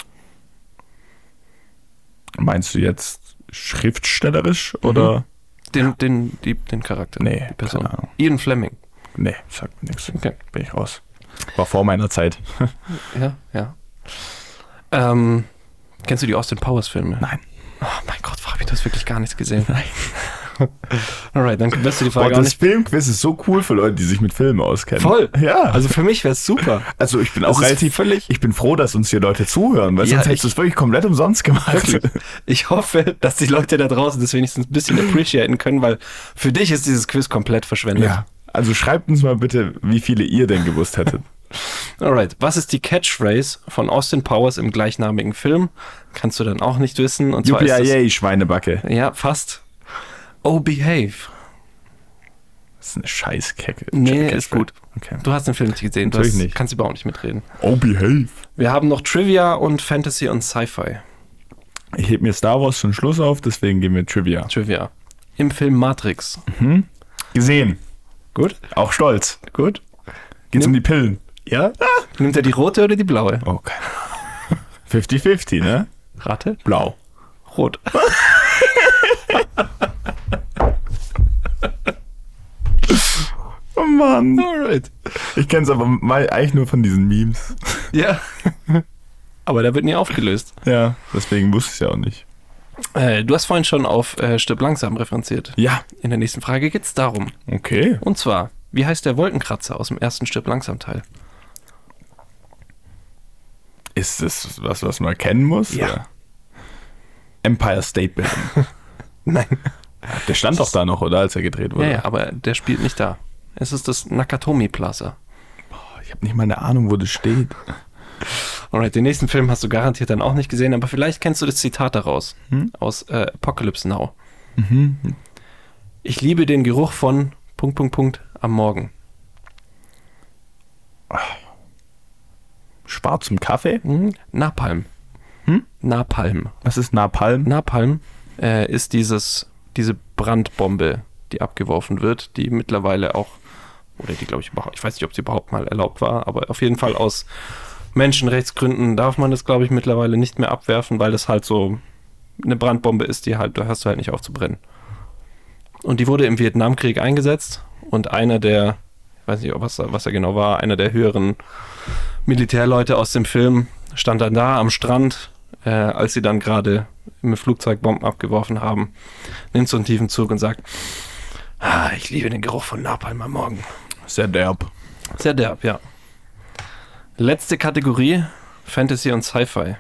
Meinst du jetzt schriftstellerisch oder? Den, den, die, den Charakter. Nee, die Person. keine Ahnung. Ian Fleming. Nee, sagt mir nichts. Okay. Bin ich raus. War vor meiner Zeit. Ja, ja. Ähm, kennst du die Austin Powers Filme? Nein. Oh mein Gott, habe ich das wirklich gar nichts gesehen? Nein. Alright, dann wirst du die Boah, Frage auch das nicht. Filmquiz ist so cool für Leute, die sich mit Filmen auskennen. Voll. Ja. Also für mich wäre es super. Also ich bin Das auch ist relativ völlig- Ich bin froh, dass uns hier Leute zuhören, weil Ja, sonst hättest du ich- es wirklich komplett umsonst gemacht. Wirklich. Ich hoffe, dass die Leute da draußen das wenigstens ein bisschen appreciaten können, weil für dich ist dieses Quiz komplett verschwendet. Ja. Also schreibt uns mal bitte, wie viele ihr denn gewusst hättet. Alright, was ist die Catchphrase von Austin Powers im gleichnamigen Film? Kannst du dann auch nicht wissen. Und zwar ist Yippie-yay, Schweinebacke. das, ja, fast. Oh, behave. Das ist eine Scheißkecke. Nee, ist gut. Okay. Du hast den Film nicht gesehen, du Natürlich hast, nicht. kannst überhaupt nicht mitreden. Oh, behave. Wir haben noch Trivia und Fantasy und Sci-Fi. Ich heb mir Star Wars zum Schluss auf, deswegen gehen wir Trivia. Trivia. Im Film Matrix. Mhm. Gesehen. Gut? Auch stolz. Gut. Geht's Nimm- um die Pillen? Ja? Nimmt er die rote oder die blaue? Okay. fünfzig fünfzig, ne? Rate? Blau. Rot. Oh Mann. Alright. Ich kenn's aber mal eigentlich nur von diesen Memes. Ja. Aber der wird nie aufgelöst. Ja, deswegen wusste ich es ja auch nicht. Äh, du hast vorhin schon auf äh, Stirb langsam referenziert. Ja. In der nächsten Frage geht's darum. Okay. Und zwar, wie heißt der Wolkenkratzer aus dem ersten Stirb langsam Teil? Ist das was, was man kennen muss? Ja. Oder? Empire State Building. Nein. Der stand doch da noch, oder? Als er gedreht wurde. Ja, ja, aber der spielt nicht da. Es ist das Nakatomi Plaza. Ich habe nicht mal eine Ahnung, wo das steht. Alright, den nächsten Film hast du garantiert dann auch nicht gesehen, aber vielleicht kennst du das Zitat daraus. Hm? Aus äh, Apocalypse Now. Mhm. Ich liebe den Geruch von Punkt, Punkt, Punkt am Morgen. Schwarzem Kaffee? Hm? Napalm. Hm? Napalm. Was ist Napalm? Napalm äh, ist dieses, diese Brandbombe, die abgeworfen wird, die mittlerweile auch, oder die glaube ich überhaupt, ich weiß nicht, ob sie überhaupt mal erlaubt war, aber auf jeden Fall aus Menschenrechtsgründen darf man das, glaube ich, mittlerweile nicht mehr abwerfen, weil das halt so eine Brandbombe ist, die halt, da hörst du halt nicht auf zu brennen. Und die wurde im Vietnamkrieg eingesetzt und einer der, ich weiß nicht, was, was er genau war, einer der höheren Militärleute aus dem Film stand dann da am Strand, äh, als sie dann gerade mit Flugzeug Bomben abgeworfen haben, nimmt so einen tiefen Zug und sagt, ah, ich liebe den Geruch von Napalm am Morgen. Sehr derb. Sehr derb, ja. Letzte Kategorie, Fantasy und Sci-Fi.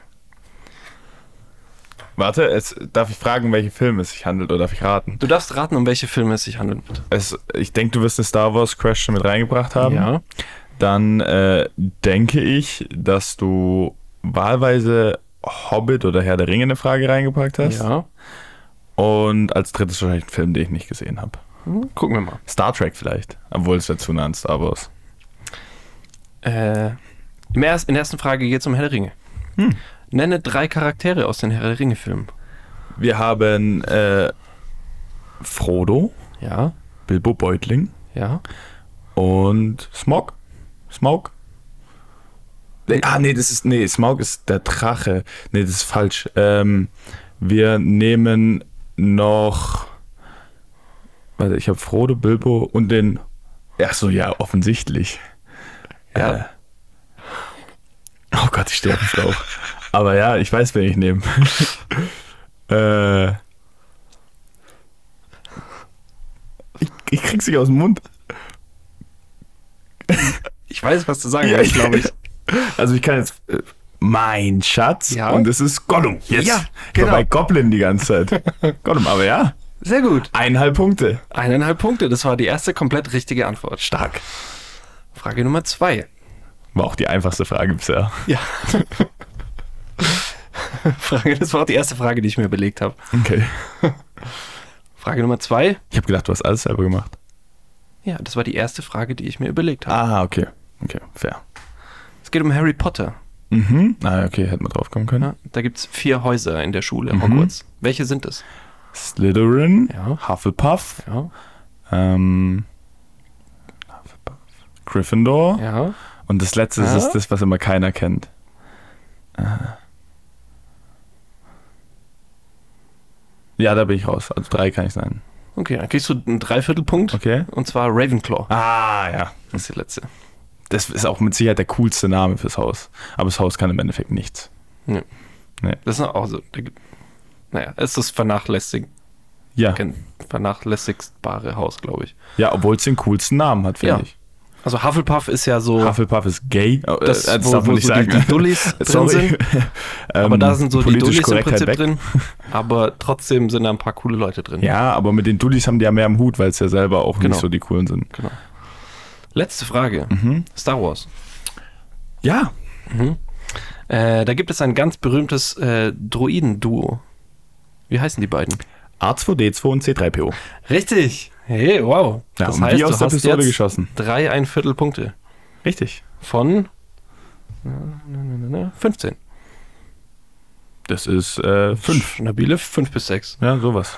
Warte, es, darf ich fragen, welche Film es sich handelt, oder darf ich raten? Du darfst raten, um welche Filme es sich handelt. Es, ich denke, du wirst eine Star Wars Question mit reingebracht haben. Ja. Dann äh, denke ich, dass du wahlweise Hobbit oder Herr der Ringe eine Frage reingepackt hast. Ja. Und als drittes wahrscheinlich einen Film, den ich nicht gesehen habe. Hm, gucken wir mal. Star Trek vielleicht, obwohl es wäre zu nah an Star Wars. Äh, im erst, in der ersten Frage geht es um Herr der Ringe. Hm. Nenne drei Charaktere aus den Herr der Ringe-Filmen. Wir haben äh, Frodo, Ja, Bilbo Beutling ja. und Smaug. Smaug? Nee, ah, nee, das ist, nee, Smaug ist der Drache. Nee, das ist falsch. Ähm, wir nehmen noch, warte, ich habe Frodo, Bilbo und den, ach so, ja, offensichtlich. Ja. Äh, oh Gott, ich stehe auf dem Schlauch. Aber ja, ich weiß, wen ich nehme. äh, ich, ich krieg's nicht aus dem Mund. Ich weiß, was du sagen Ja, willst, ich- glaube ich. Also ich kann jetzt, äh, mein Schatz, Ja. und es ist Gollum. Jetzt. Ja, Ich war genau. bei Goblin die ganze Zeit. Gollum, aber ja, Sehr gut. eineinhalb Punkte. Eineinhalb Punkte, das war die erste komplett richtige Antwort. Stark. Frage Nummer zwei. War auch die einfachste Frage bisher. Ja. Frage, das war auch die erste Frage, die ich mir überlegt habe. Okay. Frage Nummer zwei. Ich habe gedacht, du hast alles selber gemacht. Ja, das war die erste Frage, die ich mir überlegt habe. Ah, okay. Okay, fair. Es geht um Harry Potter. Mhm. Ah, okay, hätten wir drauf kommen können. Ja, da gibt es vier Häuser in der Schule, Mhm. Hogwarts. Welche sind es? Slytherin, Ja. Hufflepuff, Ja. ähm, Hufflepuff, Gryffindor Ja. und das letzte Ja. ist das, was immer keiner kennt. Äh. Ja, da bin ich raus. Also drei kann ich sein. Okay, dann kriegst du einen Dreiviertelpunkt. Okay. Und zwar Ravenclaw. Ah, ja. Das ist die letzte. Das ist auch mit Sicherheit der coolste Name fürs Haus. Aber das Haus kann im Endeffekt nichts. Das ist auch so. da gibt- Naja, es ist das vernachlässig, Ja. vernachlässigbare Haus, glaube ich. Ja, obwohl es den coolsten Namen hat, finde Ja. ich. Also Hufflepuff ist ja so, Hufflepuff ist gay. Oh, das, äh, wo, darf man wo nicht so sagen. die, die Dullis drin Sorry. sind. Aber Ähm, da sind so die politisch Dullis im Korrektheit Prinzip weg. drin. Aber trotzdem sind da ein paar coole Leute drin. Ja, aber mit den Dullis haben die ja mehr am Hut, weil es ja selber auch Genau. nicht so die coolen sind. Genau. Letzte Frage. Mhm. Star Wars. Ja. Mhm. Äh, da gibt es ein ganz berühmtes äh, Droiden-Duo. Wie heißen die beiden? R zwei D zwei und C drei P O. Richtig. Hey, wow. Ja, das und heißt, wie aus du der hast Pistole jetzt geschossen. drei ein Viertel Punkte. Richtig. Von fünfzehn. Das ist äh, fünf. Stabile fünf bis sechs. Ja, sowas.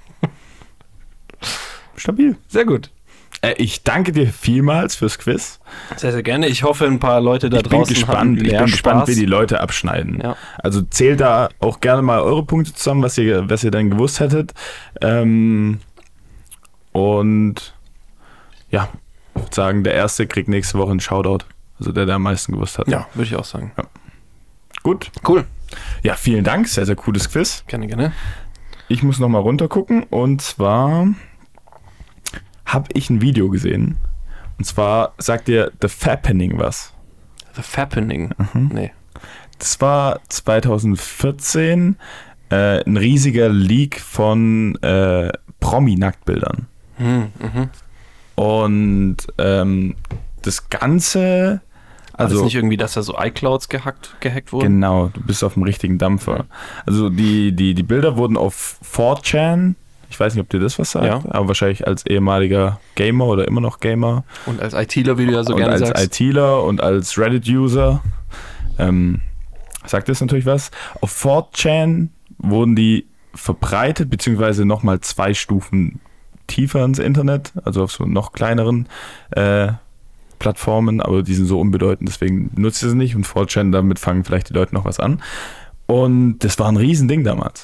Stabil. Sehr gut. Äh, ich danke dir vielmals fürs Quiz. Sehr, sehr gerne. Ich hoffe, ein paar Leute da Ich bin draußen gespannt, hatten ich mehr bin gespannt, Spaß. wie die Leute abschneiden. Ja. Also zählt da auch gerne mal eure Punkte zusammen, was ihr, was ihr dann gewusst hättet. Ähm, und ja, ich würde sagen, der Erste kriegt nächste Woche einen Shoutout. Also der, der am meisten gewusst hat. Ja, würde ich auch sagen. Gut. Cool. Ja, vielen Dank. Sehr, sehr cooles Quiz. Gerne, gerne. Ich muss nochmal runter gucken. Und zwar habe ich ein Video gesehen. Und zwar sagt dir The Fappening was. The Fappening. Mhm. Nee. Das war zwanzig vierzehn äh, ein riesiger Leak von äh, Promi-Nacktbildern. Hm, mhm. Und ähm, das Ganze, Also also nicht irgendwie, dass da so iClouds gehackt, gehackt wurden? genau, du bist auf dem richtigen Dampfer. Also die, die, die Bilder wurden auf four chan, ich weiß nicht, ob dir das was sagt, Ja. aber wahrscheinlich als ehemaliger Gamer oder immer noch Gamer Und als ITler, wie du ja so und gerne als sagst. ITler und als Reddit-User ähm, sagt das natürlich was. Auf four chan wurden die verbreitet, beziehungsweise nochmal zwei Stufen tiefer ins Internet, also auf so noch kleineren äh, Plattformen, aber die sind so unbedeutend, deswegen nutze ich sie nicht und four chan, damit fangen vielleicht die Leute noch was an. Und das war ein Riesending damals.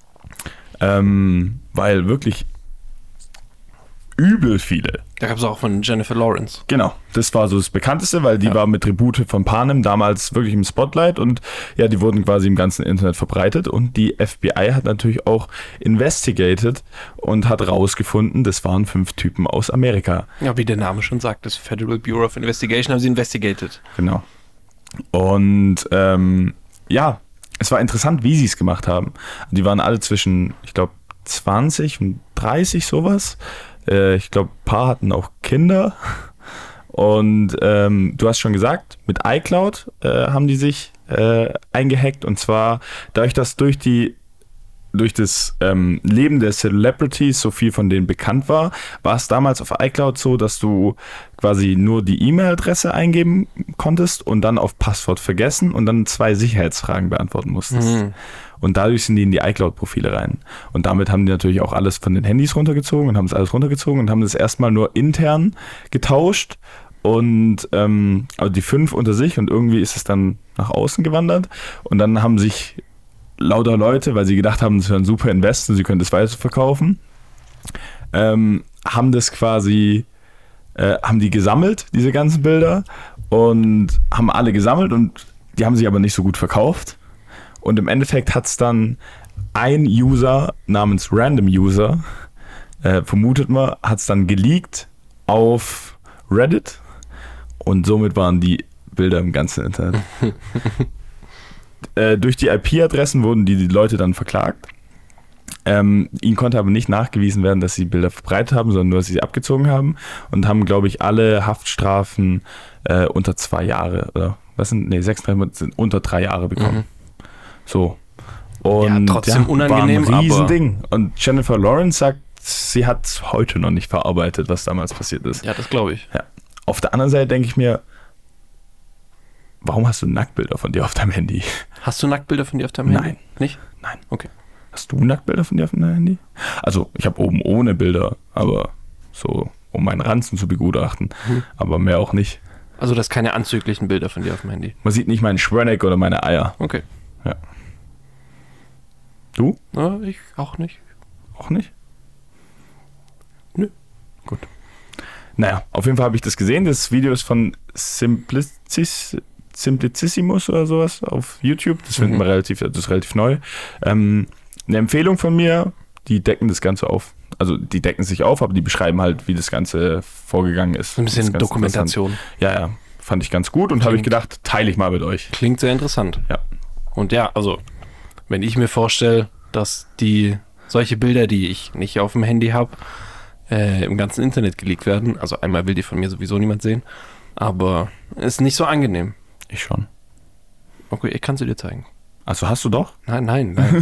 Ähm, weil wirklich übel viele. Da gab es auch von Jennifer Lawrence. Genau, das war so das Bekannteste, weil die Ja. war mit Tribute von Panem damals wirklich im Spotlight und ja, die wurden quasi im ganzen Internet verbreitet und die F B I hat natürlich auch investigated und hat rausgefunden, das waren fünf Typen aus Amerika. Ja, wie der Name schon sagt, das Federal Bureau of Investigation haben sie investigated. Genau. Und ähm, ja, es war interessant, wie sie es gemacht haben. Die waren alle zwischen, ich glaube, zwanzig und dreißig sowas. Äh, ich glaube, ein paar hatten auch Kinder. Und ähm, du hast schon gesagt, mit iCloud äh, haben die sich äh, eingehackt. Und zwar dadurch, dass durch die durch das ähm, Leben der Celebrities so viel von denen bekannt war, war es damals auf iCloud so, dass du quasi nur die E-Mail-Adresse eingeben konntest und dann auf Passwort vergessen und dann zwei Sicherheitsfragen beantworten musstest. Mhm. Und dadurch sind die in die iCloud-Profile rein. Und damit haben die natürlich auch alles von den Handys runtergezogen und haben es alles runtergezogen und haben das erstmal nur intern getauscht. Und ähm, also die fünf unter sich und irgendwie ist es dann nach außen gewandert. Und dann haben sich lauter Leute, weil sie gedacht haben, das wäre ein super Invest und sie können das weiterverkaufen, ähm, haben das quasi, äh, haben die gesammelt, diese ganzen Bilder, und haben alle gesammelt und die haben sich aber nicht so gut verkauft. Und im Endeffekt hat es dann ein User namens Random User, äh, vermutet man, hat es dann geleakt auf Reddit und somit waren die Bilder im ganzen Internet. Äh, durch die I P-Adressen wurden die, die Leute dann verklagt. Ähm, ihnen konnte aber nicht nachgewiesen werden, dass sie Bilder verbreitet haben, sondern nur, dass sie sie abgezogen haben und haben, glaube ich, alle Haftstrafen äh, unter zwei Jahre oder was sind, nee, sechsunddreißig sind unter drei Jahre bekommen. Mhm. So. Und Ja, trotzdem unangenehm, war ein aber- Riesending. Und Jennifer Lawrence sagt, sie hat es heute noch nicht verarbeitet, was damals passiert ist. Ja, das glaube ich. Ja. Auf der anderen Seite denke ich mir, warum hast du Nacktbilder von dir auf deinem Handy? Hast du Nacktbilder von dir auf deinem Nein. Handy? Nicht? Nein. Okay. Hast du Nacktbilder von dir auf deinem Handy? Also, ich habe oben ohne Bilder, aber so, um meinen Ranzen zu begutachten. Mhm. Aber mehr auch nicht. Also das keine anzüglichen Bilder von dir auf dem Handy. Man sieht nicht meinen Schwenneck oder meine Eier. Okay. Ja. Du? Na, ich auch nicht. Auch nicht? Nö. Gut. Naja, auf jeden Fall habe ich das gesehen. Das Video ist von Simplicis, Simplicissimus oder sowas auf YouTube. Das finden Mhm. wir relativ, das ist relativ neu. Ähm, eine Empfehlung von mir, die decken das Ganze auf. Also die decken sich auf, aber die beschreiben halt, wie das Ganze vorgegangen ist. So ein Das bisschen ist ganz Dokumentation. interessant. Ja, ja, fand ich ganz gut und habe ich gedacht, teile ich mal mit euch. Klingt sehr interessant. Ja. Und ja, also, wenn ich mir vorstelle, dass die solche Bilder, die ich nicht auf dem Handy habe, äh, im ganzen Internet geleakt werden. Also einmal will die von mir sowieso niemand sehen, aber ist nicht so angenehm. Ich schon. Okay, ich kann sie dir zeigen. Also hast du doch? Nein, nein, nein.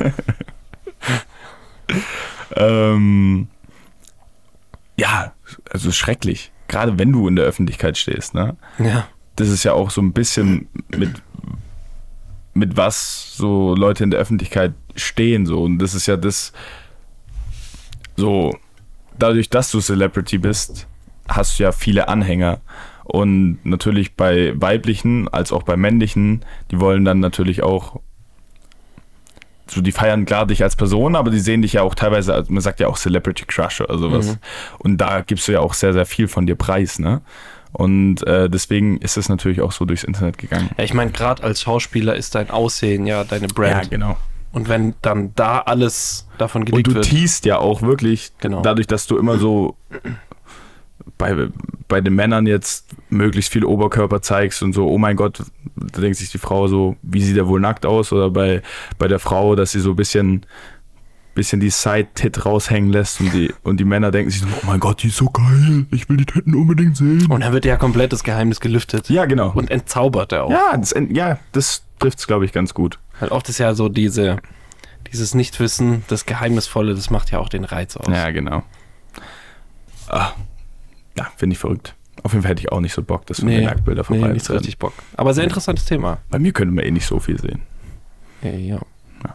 ähm, ja, also schrecklich. Gerade wenn du in der Öffentlichkeit stehst, ne? Ja. Das ist ja auch so ein bisschen mit, mit was so Leute in der Öffentlichkeit stehen, so. Und das ist ja das, so, dadurch, dass du Celebrity bist, hast du ja viele Anhänger. Und natürlich bei weiblichen als auch bei männlichen, die wollen dann natürlich auch, so die feiern klar dich als Person, aber die sehen dich ja auch teilweise, als, man sagt ja auch Celebrity Crush oder sowas. Mhm. Und da gibst du ja auch sehr, sehr viel von dir preis, ne? Und äh, deswegen ist es natürlich auch so durchs Internet gegangen. Ja, ich meine, gerade als Schauspieler ist dein Aussehen ja deine Brand. Ja, genau. Und wenn dann da alles davon geleakt wird. Und du teast ja auch wirklich, genau. Dadurch, dass du immer so bei, bei den Männern jetzt möglichst viel Oberkörper zeigst und so, oh mein Gott, da denkt sich die Frau so, wie sieht er wohl nackt aus? Oder bei, bei der Frau, dass sie so ein bisschen, bisschen die Side-Tit raushängen lässt und die, und die Männer denken sich so, oh mein Gott, die ist so geil, ich will die Titten unbedingt sehen. Und dann wird ja komplett das Geheimnis gelüftet. Ja, genau. Und entzaubert er auch. Ja, das, ja, das trifft es, glaube ich, ganz gut. Halt oft ist ja so diese, dieses Nichtwissen, das Geheimnisvolle, das macht ja auch den Reiz aus. Ja, genau. Ah. Ja, finde ich verrückt. Auf jeden Fall hätte ich auch nicht so Bock, dass wir nee, die Nacktbilder vorbei Nee, nicht so richtig Bock. Aber sehr interessantes Thema. Bei mir könnte man eh nicht so viel sehen. Ja, ja. ja.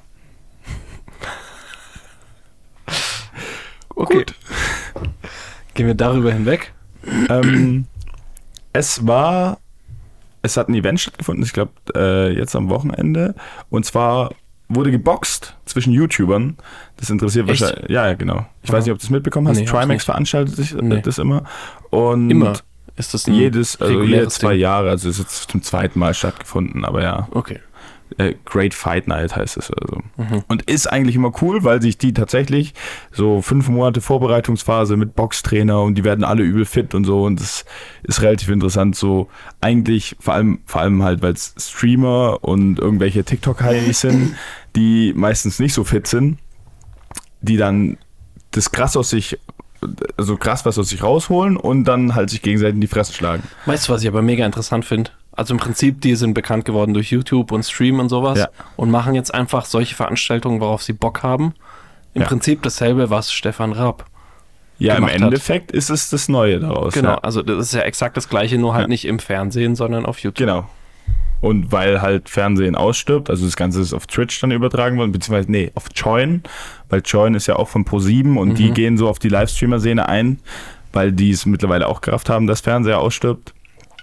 Okay. Gut. Gehen wir darüber hinweg? Ähm, es war, es hat ein Event stattgefunden, ich glaube äh, jetzt am Wochenende. Und zwar wurde geboxt zwischen YouTubern. Das interessiert Echt? wahrscheinlich. Ja, ja, genau. Ich ja. weiß nicht, ob du das mitbekommen hast. Nee, Trimax veranstaltet sich nee. das immer. Und immer? Ist das ein jedes, also jede zwei Ding? Jahre, also es ist jetzt zum zweiten Mal stattgefunden, aber ja. Okay. Äh, Great Fight Night heißt es also. Mhm. Und ist eigentlich immer cool, weil sich die tatsächlich so fünf Monate Vorbereitungsphase mit Boxtrainer und die werden alle übel fit und so und das ist relativ interessant so. Eigentlich vor allem, vor allem halt, weil es Streamer und irgendwelche TikTok-Highs sind, die meistens nicht so fit sind, die dann das krass aus sich, also krass was aus sich rausholen und dann halt sich gegenseitig in die Fresse schlagen. Weißt du, was ich aber mega interessant finde? Also im Prinzip, die sind bekannt geworden durch YouTube und Stream und sowas ja. und machen jetzt einfach solche Veranstaltungen, worauf sie Bock haben. Im ja. Prinzip dasselbe, was Stefan Raab Ja, im Endeffekt hat. ist es das Neue daraus. Genau, ja. also das ist ja exakt das Gleiche, nur halt ja. nicht im Fernsehen, sondern auf YouTube. Genau. Und weil halt Fernsehen ausstirbt, also das Ganze ist auf Twitch dann übertragen worden, beziehungsweise, nee, auf Join, weil Join ist ja auch von ProSieben und mhm. die gehen so auf die Livestreamer-Szene ein, weil die es mittlerweile auch gerafft haben, dass Fernseher ausstirbt.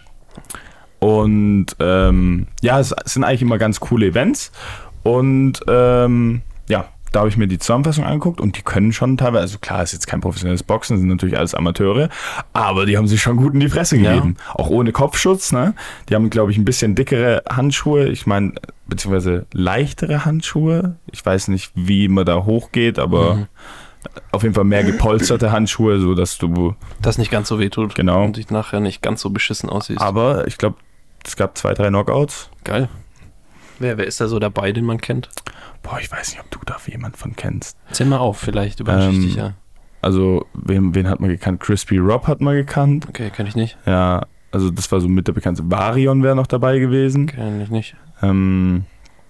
Und ähm, ja, es sind eigentlich immer ganz coole Events und ähm, ja, da habe ich mir die Zusammenfassung angeguckt und die können schon teilweise, also klar, ist jetzt kein professionelles Boxen, sind natürlich alles Amateure, aber die haben sich schon gut in die Fresse gegeben. Ja. Auch ohne Kopfschutz, ne? Die haben, glaube ich, ein bisschen dickere Handschuhe, ich meine, beziehungsweise leichtere Handschuhe. Ich weiß nicht, wie man da hochgeht, aber mhm. auf jeden Fall mehr gepolsterte Handschuhe, so dass du... Das nicht ganz so weh tut. Genau. Und dich nachher nicht ganz so beschissen aussiehst. Aber ich glaube, es gab zwei, drei Knockouts. Geil. Wer, wer ist da so dabei, den man kennt? Boah, ich weiß nicht, ob du da jemand von kennst. Zähl mal auf, vielleicht überrasche ich ähm, dich ja. Also, wen, wen hat man gekannt? Crispy Rob hat man gekannt. Okay, kenn ich nicht. Ja, also das war so mit der bekannte. Varion wäre noch dabei gewesen. Kenn ich nicht. Ähm,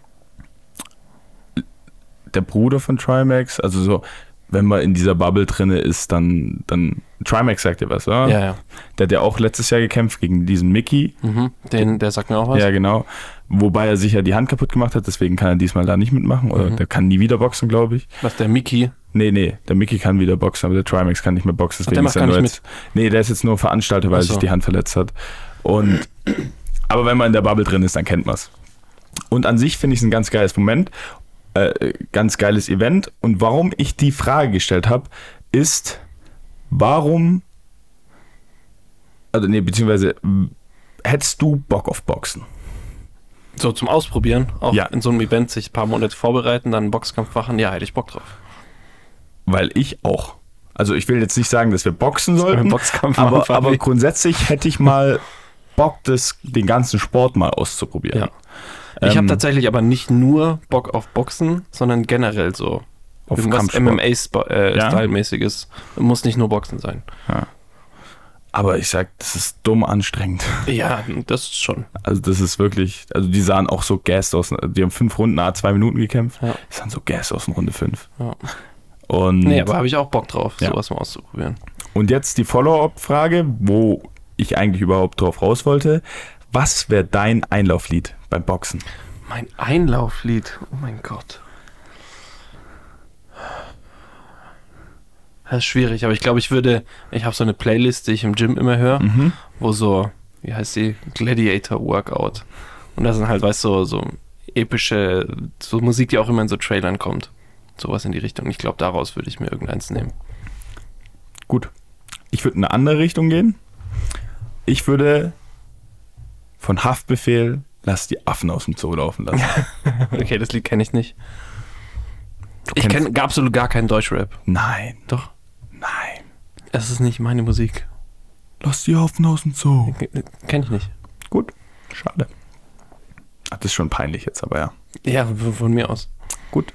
der Bruder von Trimax, also so, wenn man in dieser Bubble drinne ist, dann, dann Trimax sagt dir was, oder? Ja, ja. Der hat ja auch letztes Jahr gekämpft gegen diesen Mickey. Mhm, den, der sagt mir auch was. Ja, genau. Wobei er sich ja die Hand kaputt gemacht hat, deswegen kann er diesmal da nicht mitmachen. Oder mhm. der kann nie wieder boxen, glaube ich. Was, der Mickey? Nee, nee, der Mickey kann wieder boxen, aber der Trimax kann nicht mehr boxen. Deswegen Ach, der macht ist er gar nur nicht jetzt, mit. Nee, der ist jetzt nur Veranstalter, weil er so. sich die Hand verletzt hat. Und aber wenn man in der Bubble drin ist, dann kennt man es. Und an sich finde ich es ein ganz geiles Moment. Äh, ganz geiles Event. Und warum ich die Frage gestellt habe, ist, warum, also nee, beziehungsweise, hättest du Bock auf Boxen? So zum Ausprobieren, auch ja. in so einem Event sich ein paar Monate vorbereiten, dann einen Boxkampf machen, ja, hätte ich Bock drauf. Weil ich auch. Also ich will jetzt nicht sagen, dass wir boxen sollten, Boxkampf aber, machen, aber grundsätzlich hätte ich mal Bock, das, den ganzen Sport mal auszuprobieren. Ja. Ich ähm, habe tatsächlich aber nicht nur Bock auf Boxen, sondern generell so Auf Irgendwas Kampfsport. M M A-Style-mäßiges. Ja. Muss nicht nur Boxen sein. Ja. Aber ich sag, das ist dumm anstrengend. Ja, das ist schon. Also das ist wirklich, also die sahen auch so gassed aus. Die haben fünf Runden, ah, zwei Minuten gekämpft. Ja. Die sahen so gassed aus in Runde fünf. Ja. Und, Nee, aber habe ich auch Bock drauf, Ja. sowas mal auszuprobieren. und jetzt die Follow-up-Frage, wo ich eigentlich überhaupt drauf raus wollte. Was wäre dein Einlauflied beim Boxen? Mein Einlauflied, oh mein Gott. Das ist schwierig, aber ich glaube, ich würde, ich habe so eine Playlist, die ich im Gym immer höre, Mhm. wo so, wie heißt die, Gladiator Workout. Und da sind halt, weißt du, so, so epische, so Musik, die auch immer in so Trailern kommt. Sowas in die Richtung. Ich glaube, daraus würde ich mir irgendeins nehmen. Gut. Ich würde in eine andere Richtung gehen. Ich würde von Haftbefehl Lass die Affen aus dem Zoo laufen lassen. Okay, das Lied kenne ich nicht. Du Ich kennst- kenne absolut gar keinen Deutschrap. Nein, Doch. nein. Es ist nicht meine Musik. Lass die Affen aus dem Zoo. Kenne ich nicht. Gut, schade. Ach, das ist schon peinlich jetzt, aber ja. Ja, von von mir aus. Gut.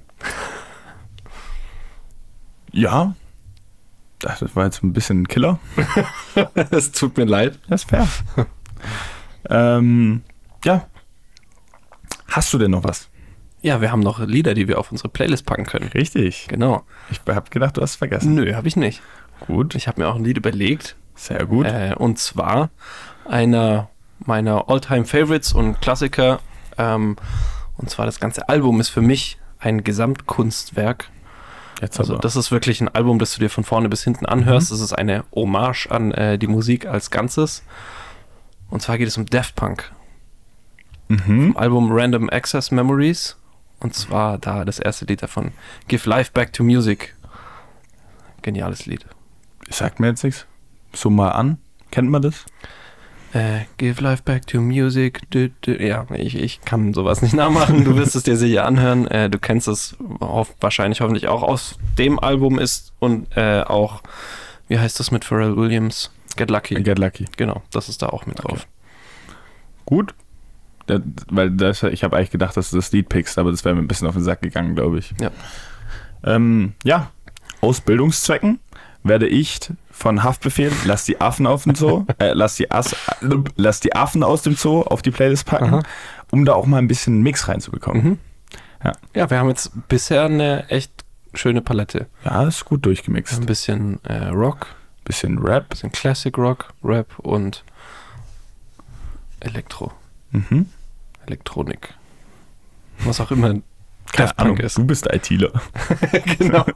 Ja. Das war jetzt ein bisschen ein Killer. Es tut mir leid. Das ist fair. ähm, ja. Hast du denn noch was? Ja, wir haben noch Lieder, die wir auf unsere Playlist packen können. Richtig. Genau. Ich habe gedacht, du hast es vergessen. Nö, habe ich nicht. Gut. Ich habe mir auch ein Lied überlegt. Sehr gut. Äh, und zwar einer meiner All-Time-Favorites und Klassiker. Ähm, und zwar das ganze Album ist für mich ein Gesamtkunstwerk. Jetzt Also aber. das ist wirklich ein Album, das du dir von vorne bis hinten anhörst. Mhm. Das ist eine Hommage an äh, die Musik als Ganzes. Und zwar geht es um Daft Punk. Mhm. Im Album Random Access Memories. Und zwar da das erste Lied davon. Give Life Back to Music. Geniales Lied. Sagt mir jetzt nichts. So mal an. Kennt man das? Äh, Give Life Back to Music. Du, du. Ja, ich, ich kann sowas nicht nachmachen. Du wirst es dir sicher anhören. Äh, du kennst es hoff, wahrscheinlich hoffentlich auch aus dem Album ist und äh, auch, wie heißt das mit Pharrell Williams? Get Lucky. Get Lucky. Genau, das ist da auch mit drauf. Gut. Da, weil das, ich habe eigentlich gedacht, dass du das Lied pickst, aber das wäre mir ein bisschen auf den Sack gegangen, glaube ich. Ja. Ähm, ja, aus Bildungszwecken werde ich von Haftbefehl Lass die Affen auf dem Zoo, äh, lass, die Ass, äh, lass die Affen aus dem Zoo auf die Playlist packen, Aha. um da auch mal ein bisschen Mix reinzubekommen. Mhm. Ja. Ja, wir haben jetzt bisher eine echt schöne Palette. Ja, ist gut durchgemixt. Ein bisschen äh, Rock, Bisschen Rap. bisschen Classic Rock, Rap und Elektro, Mhm. Elektronik. Was auch immer Keine Daft Ahnung, Punk ist. du bist ITler. Genau.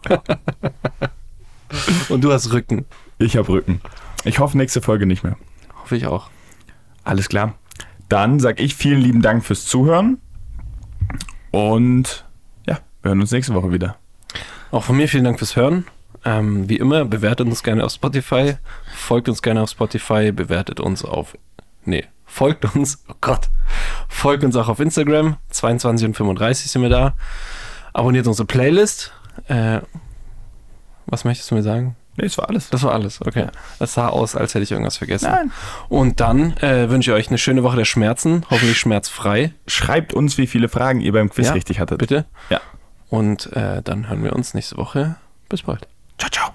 Und du hast Rücken. Ich habe Rücken. Ich hoffe, nächste Folge nicht mehr. Hoffe ich auch. Alles klar. Dann sage ich vielen lieben Dank fürs Zuhören. Und ja, wir hören uns nächste Woche wieder. Auch von mir vielen Dank fürs Hören. Ähm, wie immer, bewertet uns gerne auf Spotify. Folgt uns gerne auf Spotify. Bewertet uns auf... Nee, folgt uns... Oh Gott. Folgt uns auch auf Instagram. zweiundzwanzig und fünfunddreißig sind wir da. Abonniert unsere Playlist. Äh, was möchtest du mir sagen? Nee, das war alles. Das war alles, okay. Das sah aus, als hätte ich irgendwas vergessen. Nein. Und dann äh, wünsche ich euch eine schöne Woche der Schmerzen. Hoffentlich schmerzfrei. Schreibt uns, wie viele Fragen ihr beim Quiz Ja, richtig hattet. Bitte. Ja. Und äh, dann hören wir uns nächste Woche. Bis bald. Ciao, ciao.